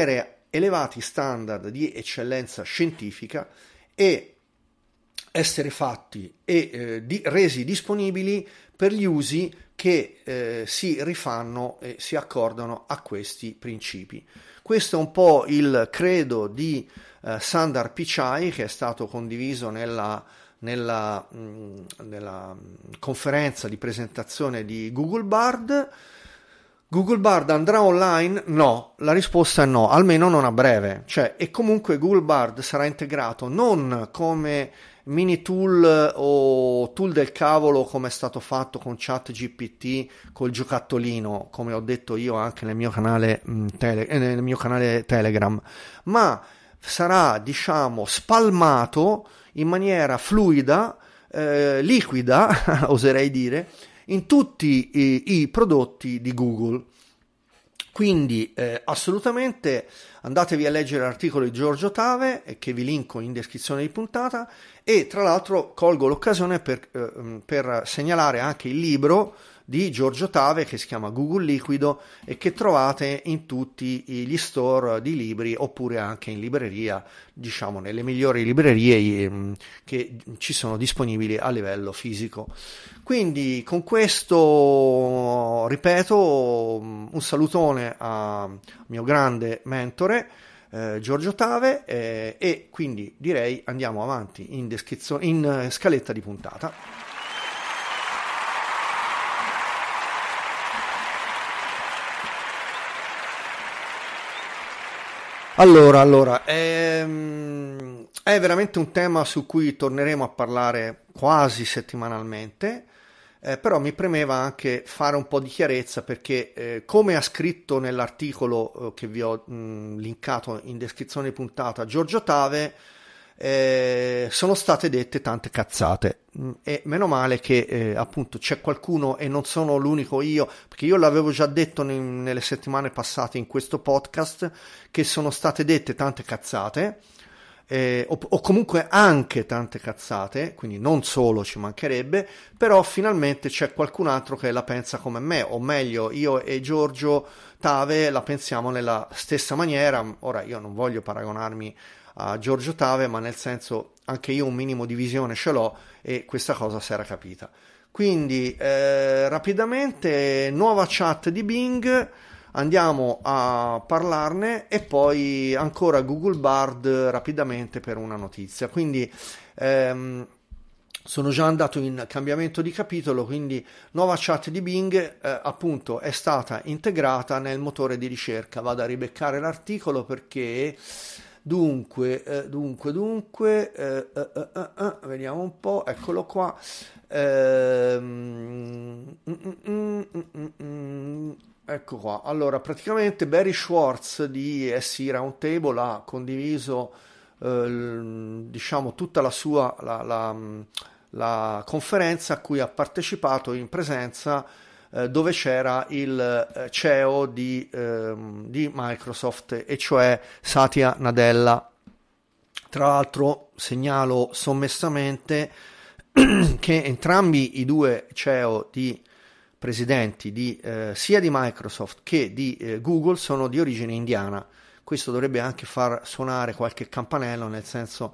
elevati standard di eccellenza scientifica e essere fatti e eh, di, resi disponibili per gli usi che eh, si rifanno e si accordano a questi principi. Questo è un po' il credo di eh, Sundar Pichai, che è stato condiviso nella, nella, mh, nella conferenza di presentazione di Google Bard. Google Bard andrà online? No, la risposta è no, almeno non a breve. Cioè, e comunque Google Bard sarà integrato non come mini tool o tool del cavolo come è stato fatto con ChatGPT col giocattolino, come ho detto io anche nel mio canale, mh, tele, eh, nel mio canale Telegram, ma sarà, diciamo, spalmato in maniera fluida, eh, liquida, oserei dire, in tutti i, i prodotti di Google. Quindi eh, assolutamente andatevi a leggere l'articolo di Giorgio Tave, eh, che vi linko in descrizione di puntata, e tra l'altro colgo l'occasione per, eh, per segnalare anche il libro di Giorgio Tave che si chiama Google Liquido e che trovate in tutti gli store di libri oppure anche in libreria, diciamo nelle migliori librerie ehm, che ci sono disponibili a livello fisico. Quindi con questo, ripeto, un salutone al mio grande mentore eh, Giorgio Tave eh, e quindi direi andiamo avanti in, descrizione, in scaletta di puntata. Allora, allora ehm, è veramente un tema su cui torneremo a parlare quasi settimanalmente, eh, però mi premeva anche fare un po' di chiarezza perché, eh, come ha scritto nell'articolo eh, che vi ho mh, linkato in descrizione di puntata Giorgio Tave, eh, sono state dette tante cazzate e meno male che eh, appunto c'è qualcuno e non sono l'unico io, perché io l'avevo già detto ne, nelle settimane passate in questo podcast che sono state dette tante cazzate eh, o, o comunque anche tante cazzate, quindi non solo, ci mancherebbe, però finalmente c'è qualcun altro che la pensa come me, o meglio io e Giorgio Tave la pensiamo nella stessa maniera. Ora io non voglio paragonarmi a Giorgio Tave, ma nel senso anche io un minimo di visione ce l'ho e questa cosa si era capita. Quindi eh, rapidamente nuova chat di Bing, andiamo a parlarne e poi ancora Google Bard rapidamente per una notizia. Quindi ehm, sono già andato in cambiamento di capitolo, quindi nuova chat di Bing eh, appunto è stata integrata nel motore di ricerca. Vado a ribeccare l'articolo perché Dunque, eh, dunque, dunque, eh, eh, eh, eh, vediamo un po', eccolo qua. Eh, mm, mm, mm, mm, mm, ecco qua. Allora, praticamente Barry Schwartz di S E Roundtable ha condiviso, eh, diciamo, tutta la sua la, la, la conferenza a cui ha partecipato in presenza, dove c'era il C E O di, ehm, di Microsoft, e cioè Satya Nadella. Tra l'altro segnalo sommessamente che entrambi i due C E O di presidenti di, eh, sia di Microsoft che di eh, Google sono di origine indiana. Questo dovrebbe anche far suonare qualche campanello, nel senso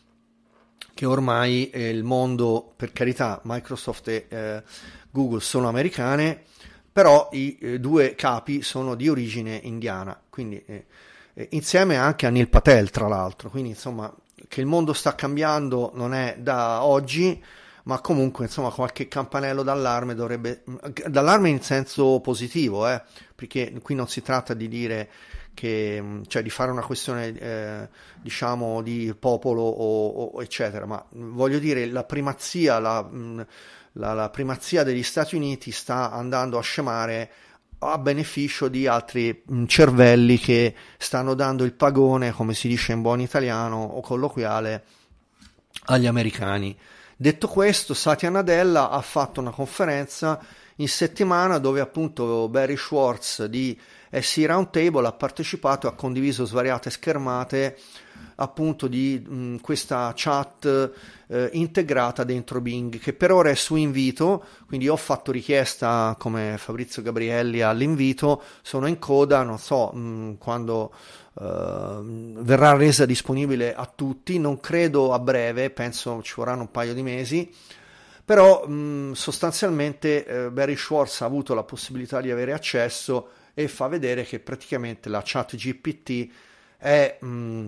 che ormai eh, il mondo, per carità, Microsoft e eh, Google sono americane, però i eh, due capi sono di origine indiana, quindi eh, eh, insieme anche a Neil Patel, tra l'altro. Quindi insomma, che il mondo sta cambiando non è da oggi, ma comunque insomma qualche campanello d'allarme dovrebbe, d'allarme in senso positivo, eh, perché qui non si tratta di dire che, cioè di fare una questione eh, diciamo di popolo o, o eccetera, ma voglio dire la primazia la, la, la primazia degli Stati Uniti sta andando a scemare a beneficio di altri cervelli che stanno dando il pagone, come si dice in buon italiano o colloquiale, agli americani. Detto questo, Satya Nadella ha fatto una conferenza in settimana dove appunto Barry Schwartz di S E Roundtable ha partecipato e ha condiviso svariate schermate appunto di mh, questa chat eh, integrata dentro Bing, che per ora è su invito, quindi ho fatto richiesta come Fabrizio Gabrielli all'invito, sono in coda, non so mh, quando eh, verrà resa disponibile a tutti, non credo a breve, penso ci vorranno un paio di mesi. Però mh, sostanzialmente eh, Barry Schwartz ha avuto la possibilità di avere accesso e fa vedere che praticamente la chat G P T è mh,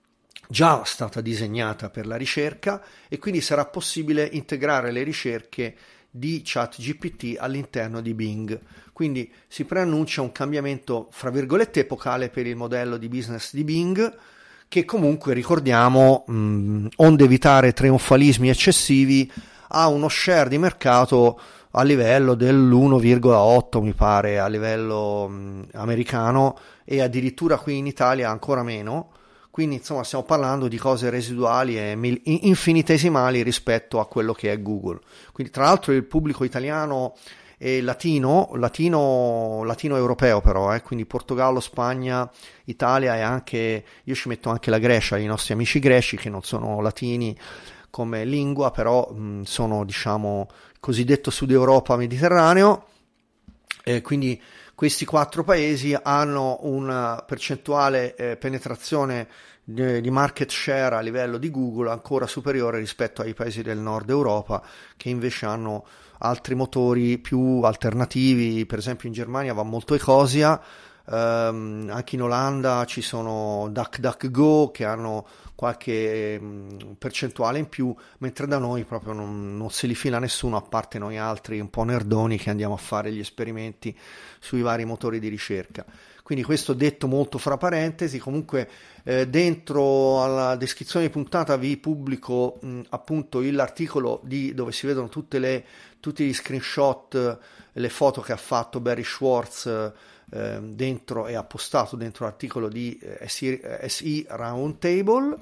già stata disegnata per la ricerca e quindi sarà possibile integrare le ricerche di chat G P T all'interno di Bing. Quindi si preannuncia un cambiamento, fra virgolette, epocale per il modello di business di Bing, che comunque, ricordiamo, mh, onde evitare trionfalismi eccessivi, ha uno share di mercato a livello dell'uno virgola otto, mi pare, a livello mh, americano, e addirittura qui in Italia ancora meno. Quindi insomma stiamo parlando di cose residuali e mil- infinitesimali rispetto a quello che è Google. Quindi tra l'altro il pubblico italiano e latino, latino, latino europeo però, eh, quindi Portogallo, Spagna, Italia e anche, io ci metto anche la Grecia, i nostri amici greci che non sono latini come lingua, però mh, sono, diciamo, cosiddetto Sud Europa Mediterraneo, eh, quindi questi quattro paesi hanno una percentuale eh, penetrazione di, di market share a livello di Google ancora superiore rispetto ai paesi del nord Europa, che invece hanno altri motori più alternativi. Per esempio in Germania va molto Ecosia, ehm, anche in Olanda ci sono DuckDuckGo che hanno qualche mh, percentuale in più, mentre da noi proprio non, non se li fila nessuno, a parte noi altri un po' nerdoni che andiamo a fare gli esperimenti sui vari motori di ricerca. Quindi questo detto molto fra parentesi. Comunque eh, dentro alla descrizione di puntata vi pubblico mh, appunto l'articolo di, dove si vedono tutte le, tutti gli screenshot, le foto che ha fatto Barry Schwartz eh, dentro, e ha postato dentro l'articolo di eh, S E Roundtable.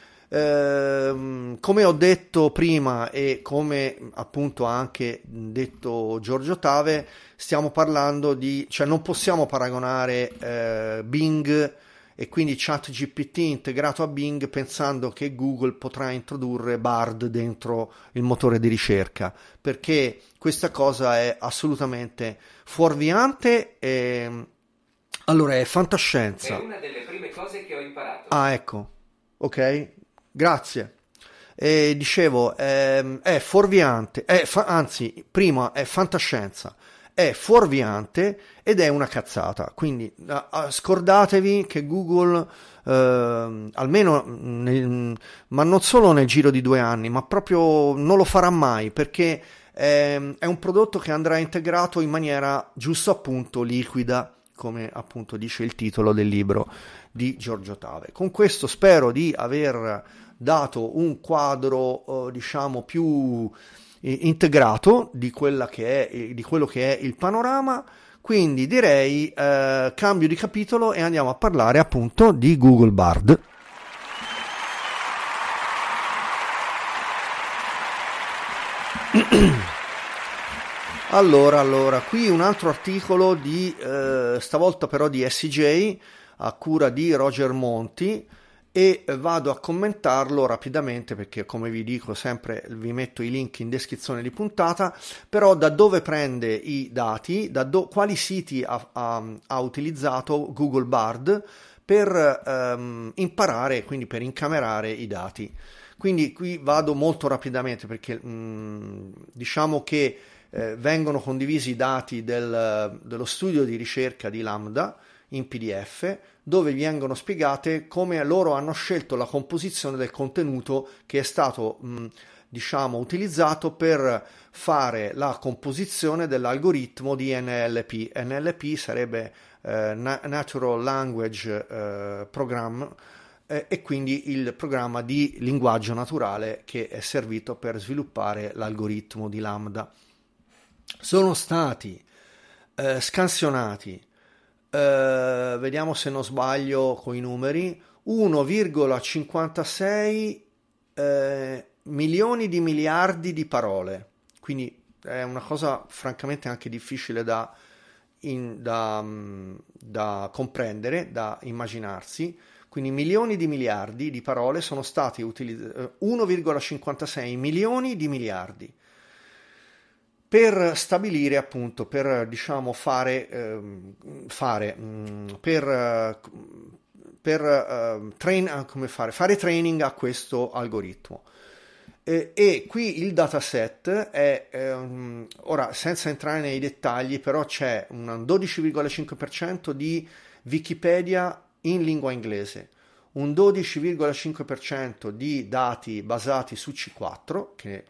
Eh, come ho detto prima e come appunto ha anche detto Giorgio Tave, stiamo parlando di, cioè non possiamo paragonare eh, Bing e quindi ChatGPT integrato a Bing pensando che Google potrà introdurre Bard dentro il motore di ricerca, perché questa cosa è assolutamente fuorviante e allora è fantascienza. È una delle prime cose che ho imparato. Ah, ecco, ok. Grazie. E dicevo, ehm, è fuorviante, è fa- anzi, prima è fantascienza, è fuorviante ed è una cazzata. Quindi uh, scordatevi che Google, uh, almeno, nel, ma non solo nel giro di due anni, ma proprio non lo farà mai, perché ehm, è un prodotto che andrà integrato in maniera giusto appunto liquida, come appunto dice il titolo del libro di Giorgio Tave. Con questo spero di aver dato un quadro eh, diciamo più eh, integrato di quella che è eh, di quello che è il panorama. Quindi direi eh, cambio di capitolo e andiamo a parlare appunto di Google Bard. Allora, allora, qui un altro articolo di, eh, stavolta però di S J, a cura di Roger Monti, e vado a commentarlo rapidamente perché, come vi dico sempre, vi metto i link in descrizione di puntata. Però da dove prende i dati, da do, quali siti ha, ha, ha utilizzato Google Bard per ehm, imparare, quindi per incamerare i dati. Quindi qui vado molto rapidamente perché mh, diciamo che Eh, vengono condivisi i dati del, dello studio di ricerca di Lambda in P D F, dove vengono spiegate come loro hanno scelto la composizione del contenuto che è stato mh, diciamo utilizzato per fare la composizione dell'algoritmo di N L P. N L P sarebbe eh, Natural Language eh, Program, eh, e quindi il programma di linguaggio naturale che è servito per sviluppare l'algoritmo di Lambda. Sono stati eh, scansionati, eh, vediamo se non sbaglio con i numeri, uno virgola cinquantasei eh, milioni di miliardi di parole, quindi è una cosa francamente anche difficile da in, da, da comprendere, da immaginarsi. Quindi milioni di miliardi di parole sono stati utilizzate, uno virgola cinquantasei milioni di miliardi, per stabilire appunto, per diciamo fare, eh, fare mh, per, uh, per uh, train, come fare, fare training a questo algoritmo. E, e qui il dataset è, ehm, ora senza entrare nei dettagli, però c'è un dodici virgola cinque per cento di Wikipedia in lingua inglese, un dodici virgola cinque per cento di dati basati su C quattro, che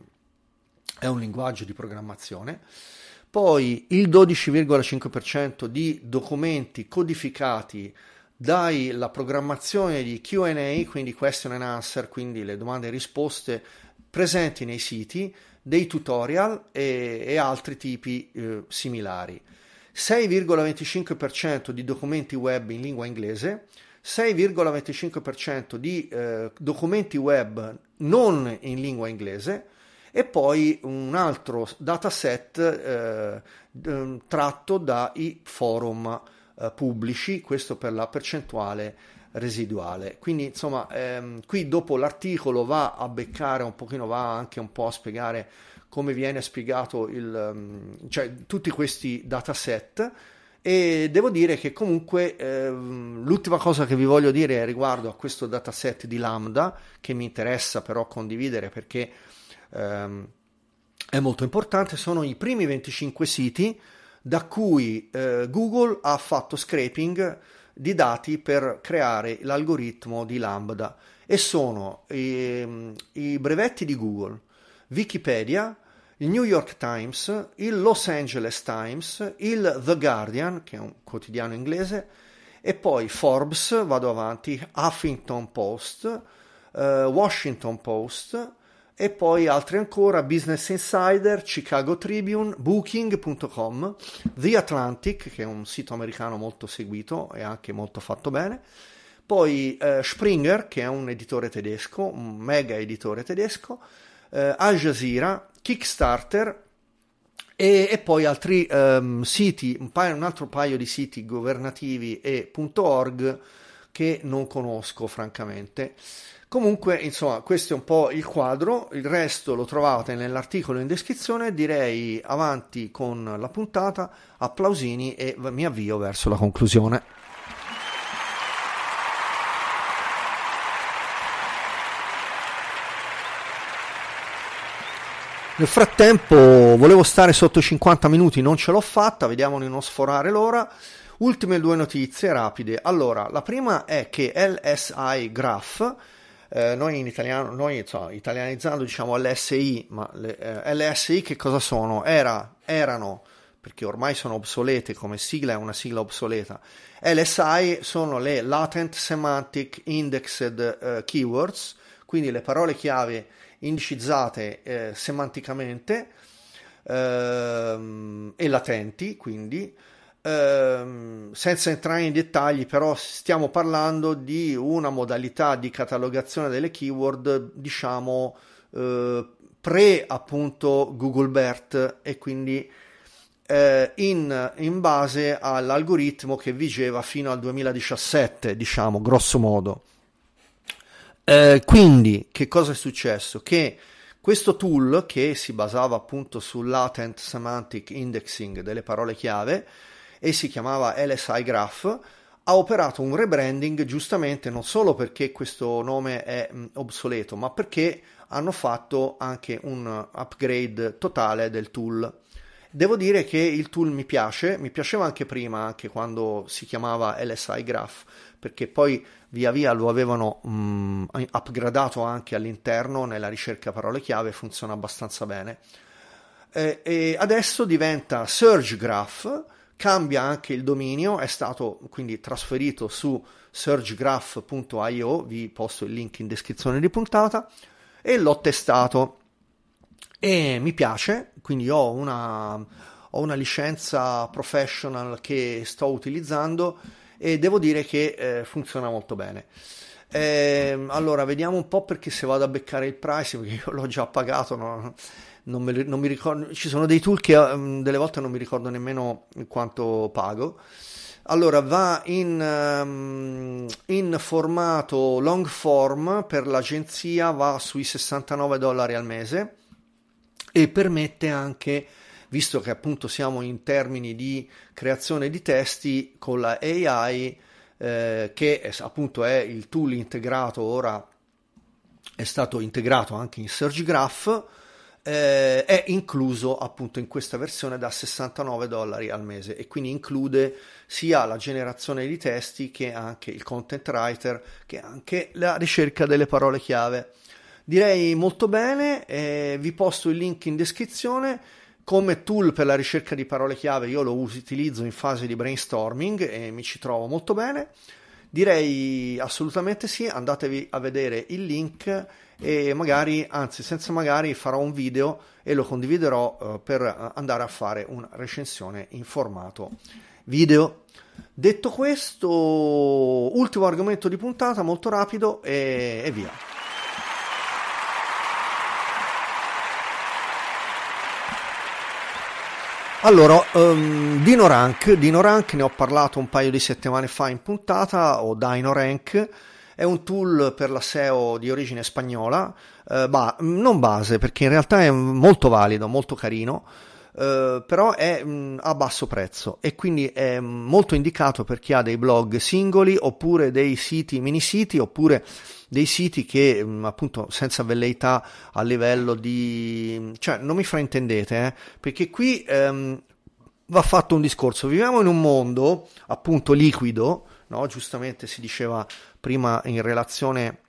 è un linguaggio di programmazione, poi il dodici virgola cinque per cento di documenti codificati dalla programmazione di Q and A, quindi question and answer, quindi le domande e risposte presenti nei siti, dei tutorial e, e altri tipi eh, similari. sei virgola venticinque per cento di documenti web in lingua inglese, sei virgola venticinque per cento di eh, documenti web non in lingua inglese, e poi un altro dataset eh, tratto dai forum eh, pubblici, questo per la percentuale residuale. Quindi insomma ehm, qui dopo l'articolo va a beccare un pochino, va anche un po' a spiegare come viene spiegato il, cioè tutti questi dataset, e devo dire che comunque ehm, l'ultima cosa che vi voglio dire riguardo a questo dataset di Lambda, che mi interessa però condividere perché ehm, è molto importante, sono i primi venticinque siti da cui eh, Google ha fatto scraping di dati per creare l'algoritmo di Lambda, e sono i, i brevetti di Google, Wikipedia, il New York Times, il Los Angeles Times, il The Guardian, che è un quotidiano inglese, e poi Forbes, vado avanti, Huffington Post, eh, Washington Post, e poi altri ancora, Business Insider, Chicago Tribune, Booking punto com, The Atlantic, che è un sito americano molto seguito e anche molto fatto bene, poi eh, Springer, che è un editore tedesco, un mega editore tedesco, eh, Al Jazeera, Kickstarter e, e poi altri ehm, siti, un, paio, un altro paio di siti governativi e .org che non conosco francamente. Comunque, insomma, questo è un po' il quadro, il resto lo trovate nell'articolo in descrizione, direi avanti con la puntata, applausini e mi avvio verso la conclusione. Nel frattempo volevo stare sotto i cinquanta minuti, non ce l'ho fatta, vediamo di non sforare l'ora. Ultime due notizie rapide. Allora, la prima è che L S I Graph, Eh, noi in italiano, noi insomma, italianizzando diciamo L S I, ma le, eh, L S I che cosa sono? Era, erano, perché ormai sono obsolete, come sigla è una sigla obsoleta, L S I sono le Latent Semantic Indexed eh, Keywords, quindi le parole chiave indicizzate eh, semanticamente ehm, e latenti, quindi Uh, senza entrare in dettagli, però stiamo parlando di una modalità di catalogazione delle keyword diciamo uh, pre appunto Google BERT, e quindi uh, in, in base all'algoritmo che vigeva fino al duemiladiciassette, diciamo grosso modo. Uh, quindi che cosa è successo? Che questo tool, che si basava appunto sul latent semantic indexing delle parole chiave e si chiamava L S I Graph, ha operato un rebranding, giustamente, non solo perché questo nome è mh, obsoleto, ma perché hanno fatto anche un upgrade totale del tool. Devo dire che il tool mi piace, mi piaceva anche prima, anche quando si chiamava L S I Graph, perché poi via via lo avevano mh, upgradato anche all'interno nella ricerca parole chiave, funziona abbastanza bene. E, e adesso diventa Search Graph, cambia anche il dominio, è stato quindi trasferito su search graph punto i o, vi posto il link in descrizione di puntata, e l'ho testato e mi piace, quindi ho una, ho una licenza professional che sto utilizzando e devo dire che eh, funziona molto bene. Eh, allora, vediamo un po', perché se vado a beccare il price, perché io l'ho già pagato, no? Non, me, non mi ricordo, ci sono dei tool che um, delle volte non mi ricordo nemmeno quanto pago. Allora, va in, um, in formato long form per l'agenzia, va sui sessantanove dollari al mese e permette anche, visto che appunto siamo in termini di creazione di testi con la A I, eh, che è, appunto è il tool integrato, ora è stato integrato anche in SurgeGraph, eh, è incluso appunto in questa versione da sessantanove dollari al mese, e quindi include sia la generazione di testi che anche il content writer, che anche la ricerca delle parole chiave. Direi molto bene, eh, vi posto il link in descrizione. Come tool per la ricerca di parole chiave io lo uso, utilizzo in fase di brainstorming e mi ci trovo molto bene. Direi assolutamente sì, andatevi a vedere il link e magari, anzi senza magari, farò un video e lo condividerò eh, per andare a fare una recensione in formato video. Detto questo, ultimo argomento di puntata, molto rapido e, e via. Allora, um, DinoRank, DinoRank ne ho parlato un paio di settimane fa in puntata, o DinoRank, è un tool per la S E O di origine spagnola, eh, ba- non base, perché in realtà è molto valido, molto carino, eh, però è mh, a basso prezzo e quindi è molto indicato per chi ha dei blog singoli, oppure dei siti, mini siti, oppure dei siti che mh, appunto senza velleità a livello di, cioè non mi fraintendete, eh, perché qui ehm, va fatto un discorso. Viviamo in un mondo appunto liquido, no? Giustamente si diceva prima in relazione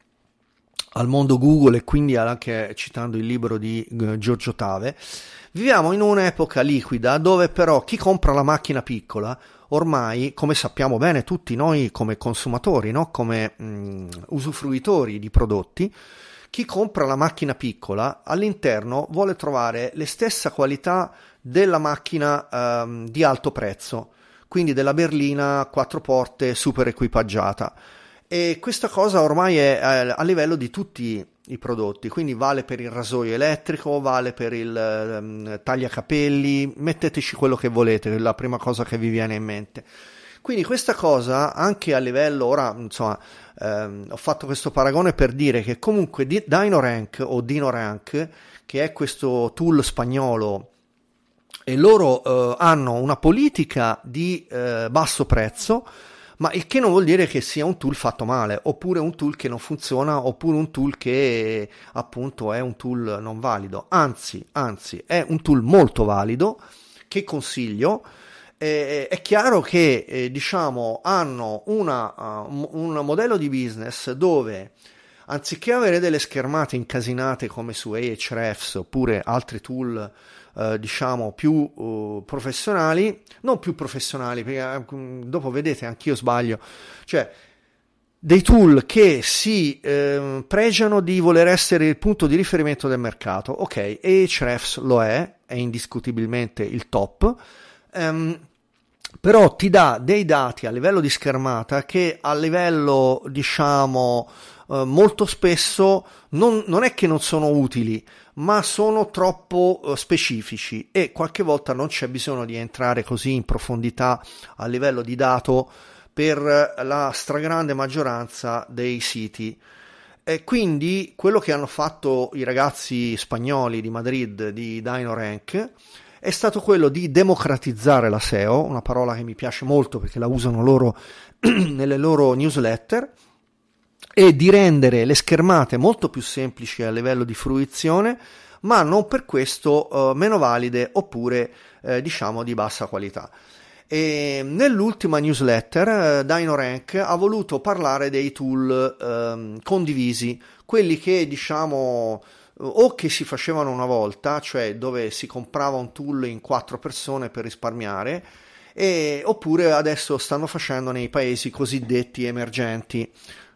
al mondo Google, e quindi anche citando il libro di Giorgio Tave. Viviamo in un'epoca liquida dove però chi compra la macchina piccola ormai, come sappiamo bene tutti noi come consumatori, no? Come mh, usufruitori di prodotti, chi compra la macchina piccola all'interno vuole trovare le stessa qualità della macchina ehm, di alto prezzo, quindi della berlina quattro porte super equipaggiata, e questa cosa ormai è eh, a livello di tutti i prodotti, quindi vale per il rasoio elettrico, vale per il um, tagliacapelli, metteteci quello che volete, è la prima cosa che vi viene in mente. Quindi questa cosa anche a livello, ora insomma ehm, ho fatto questo paragone per dire che comunque DinoRank o DinoRank, che è questo tool spagnolo, e loro eh, hanno una politica di eh, basso prezzo, ma il che non vuol dire che sia un tool fatto male, oppure un tool che non funziona, oppure un tool che appunto è un tool non valido. Anzi, anzi, è un tool molto valido che consiglio. Eh, è chiaro che eh, diciamo hanno una, uh, un modello di business dove, anziché avere delle schermate incasinate come su Ahrefs oppure altri tool Uh, diciamo più uh, professionali, non più professionali, perché uh, dopo vedete anch'io sbaglio, cioè dei tool che si uh, pregiano di voler essere il punto di riferimento del mercato. Ok, Ahrefs lo è, è indiscutibilmente il top, um, però ti dà dei dati a livello di schermata che a livello diciamo uh, molto spesso non, non è che non sono utili, ma sono troppo uh, specifici, e qualche volta non c'è bisogno di entrare così in profondità a livello di dato per la stragrande maggioranza dei siti. E quindi quello che hanno fatto i ragazzi spagnoli di Madrid di DinoRank è stato quello di democratizzare la S E O, una parola che mi piace molto perché la usano loro nelle loro newsletter, e di rendere le schermate molto più semplici a livello di fruizione, ma non per questo uh, meno valide oppure eh, diciamo di bassa qualità. E nell'ultima newsletter uh, DinoRank ha voluto parlare dei tool um, condivisi, quelli che diciamo o che si facevano una volta, cioè dove si comprava un tool in quattro persone per risparmiare, e, oppure adesso stanno facendo nei paesi cosiddetti emergenti.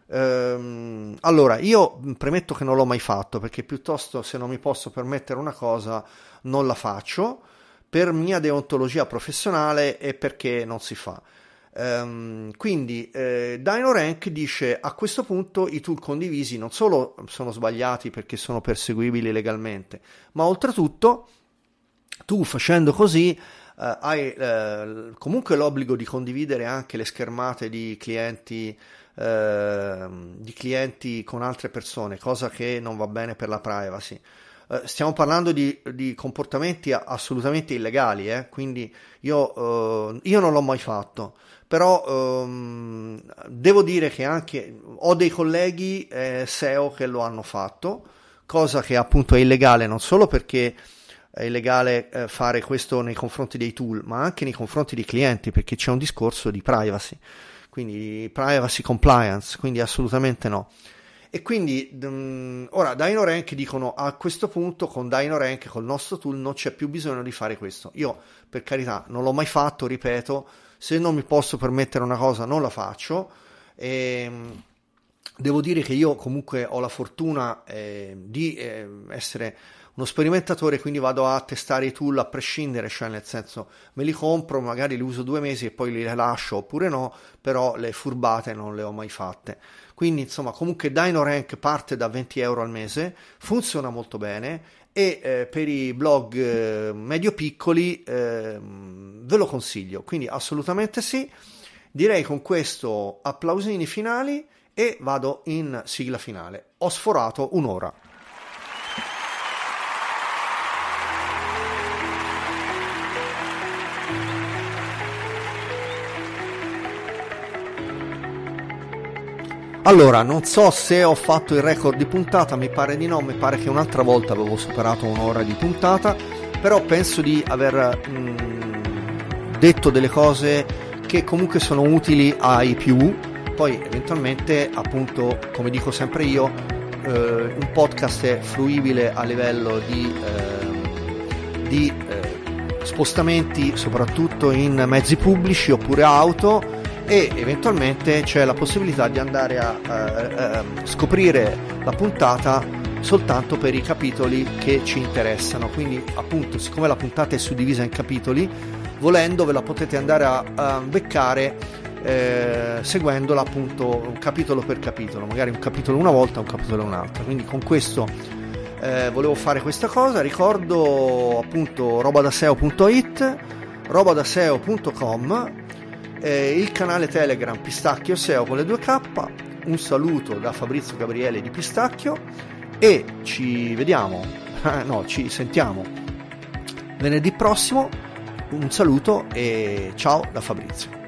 Ehm, allora, io premetto che non l'ho mai fatto, perché piuttosto, se non mi posso permettere una cosa, non la faccio per mia deontologia professionale e perché non si fa. Um, quindi eh, DynoRank dice: a questo punto i tool condivisi non solo sono sbagliati perché sono perseguibili legalmente, ma oltretutto tu facendo così eh, hai eh, comunque l'obbligo di condividere anche le schermate di clienti eh, di clienti con altre persone, cosa che non va bene per la privacy. Uh, stiamo parlando di, di comportamenti assolutamente illegali, eh? Quindi io, uh, io non l'ho mai fatto, però um, devo dire che anche ho dei colleghi eh, S E O che lo hanno fatto, cosa che appunto è illegale non solo perché è illegale eh, fare questo nei confronti dei tool, ma anche nei confronti dei clienti, perché c'è un discorso di privacy, quindi privacy compliance, quindi assolutamente no. E quindi um, ora DynoRank dicono: a questo punto con DynoRank, col nostro tool, non c'è più bisogno di fare questo. Io, per carità, non l'ho mai fatto, ripeto, se non mi posso permettere una cosa non la faccio. E, um, devo dire che io comunque ho la fortuna eh, di eh, essere uno sperimentatore, quindi vado a testare i tool a prescindere, cioè nel senso me li compro, magari li uso due mesi e poi li lascio oppure no, però le furbate non le ho mai fatte. Quindi insomma comunque DynoRank parte da venti euro al mese, funziona molto bene e eh, per i blog eh, medio piccoli eh, ve lo consiglio, quindi assolutamente sì. Direi con questo applausini finali e vado in sigla finale. Ho sforato un'ora. Allora, non so se ho fatto il record di puntata, mi pare di no, mi pare che un'altra volta avevo superato un'ora di puntata, però penso di aver mh, detto delle cose che comunque sono utili ai più. Poi eventualmente, appunto, come dico sempre io, eh, un podcast è fruibile a livello di, eh, di eh, spostamenti, soprattutto in mezzi pubblici oppure auto, e eventualmente c'è la possibilità di andare a, a, a scoprire la puntata soltanto per i capitoli che ci interessano. Quindi appunto, siccome la puntata è suddivisa in capitoli, volendo ve la potete andare a, a beccare eh, seguendola appunto capitolo per capitolo, magari un capitolo una volta, un capitolo un'altra. Quindi con questo eh, volevo fare questa cosa. Ricordo appunto robadaseo punto it, robadaseo punto com, Eh, il canale Telegram Pistacchio S E O con le due K. Un saluto da Fabrizio Gabriele di Pistacchio e ci vediamo, no, ci sentiamo venerdì prossimo. Un saluto e ciao da Fabrizio.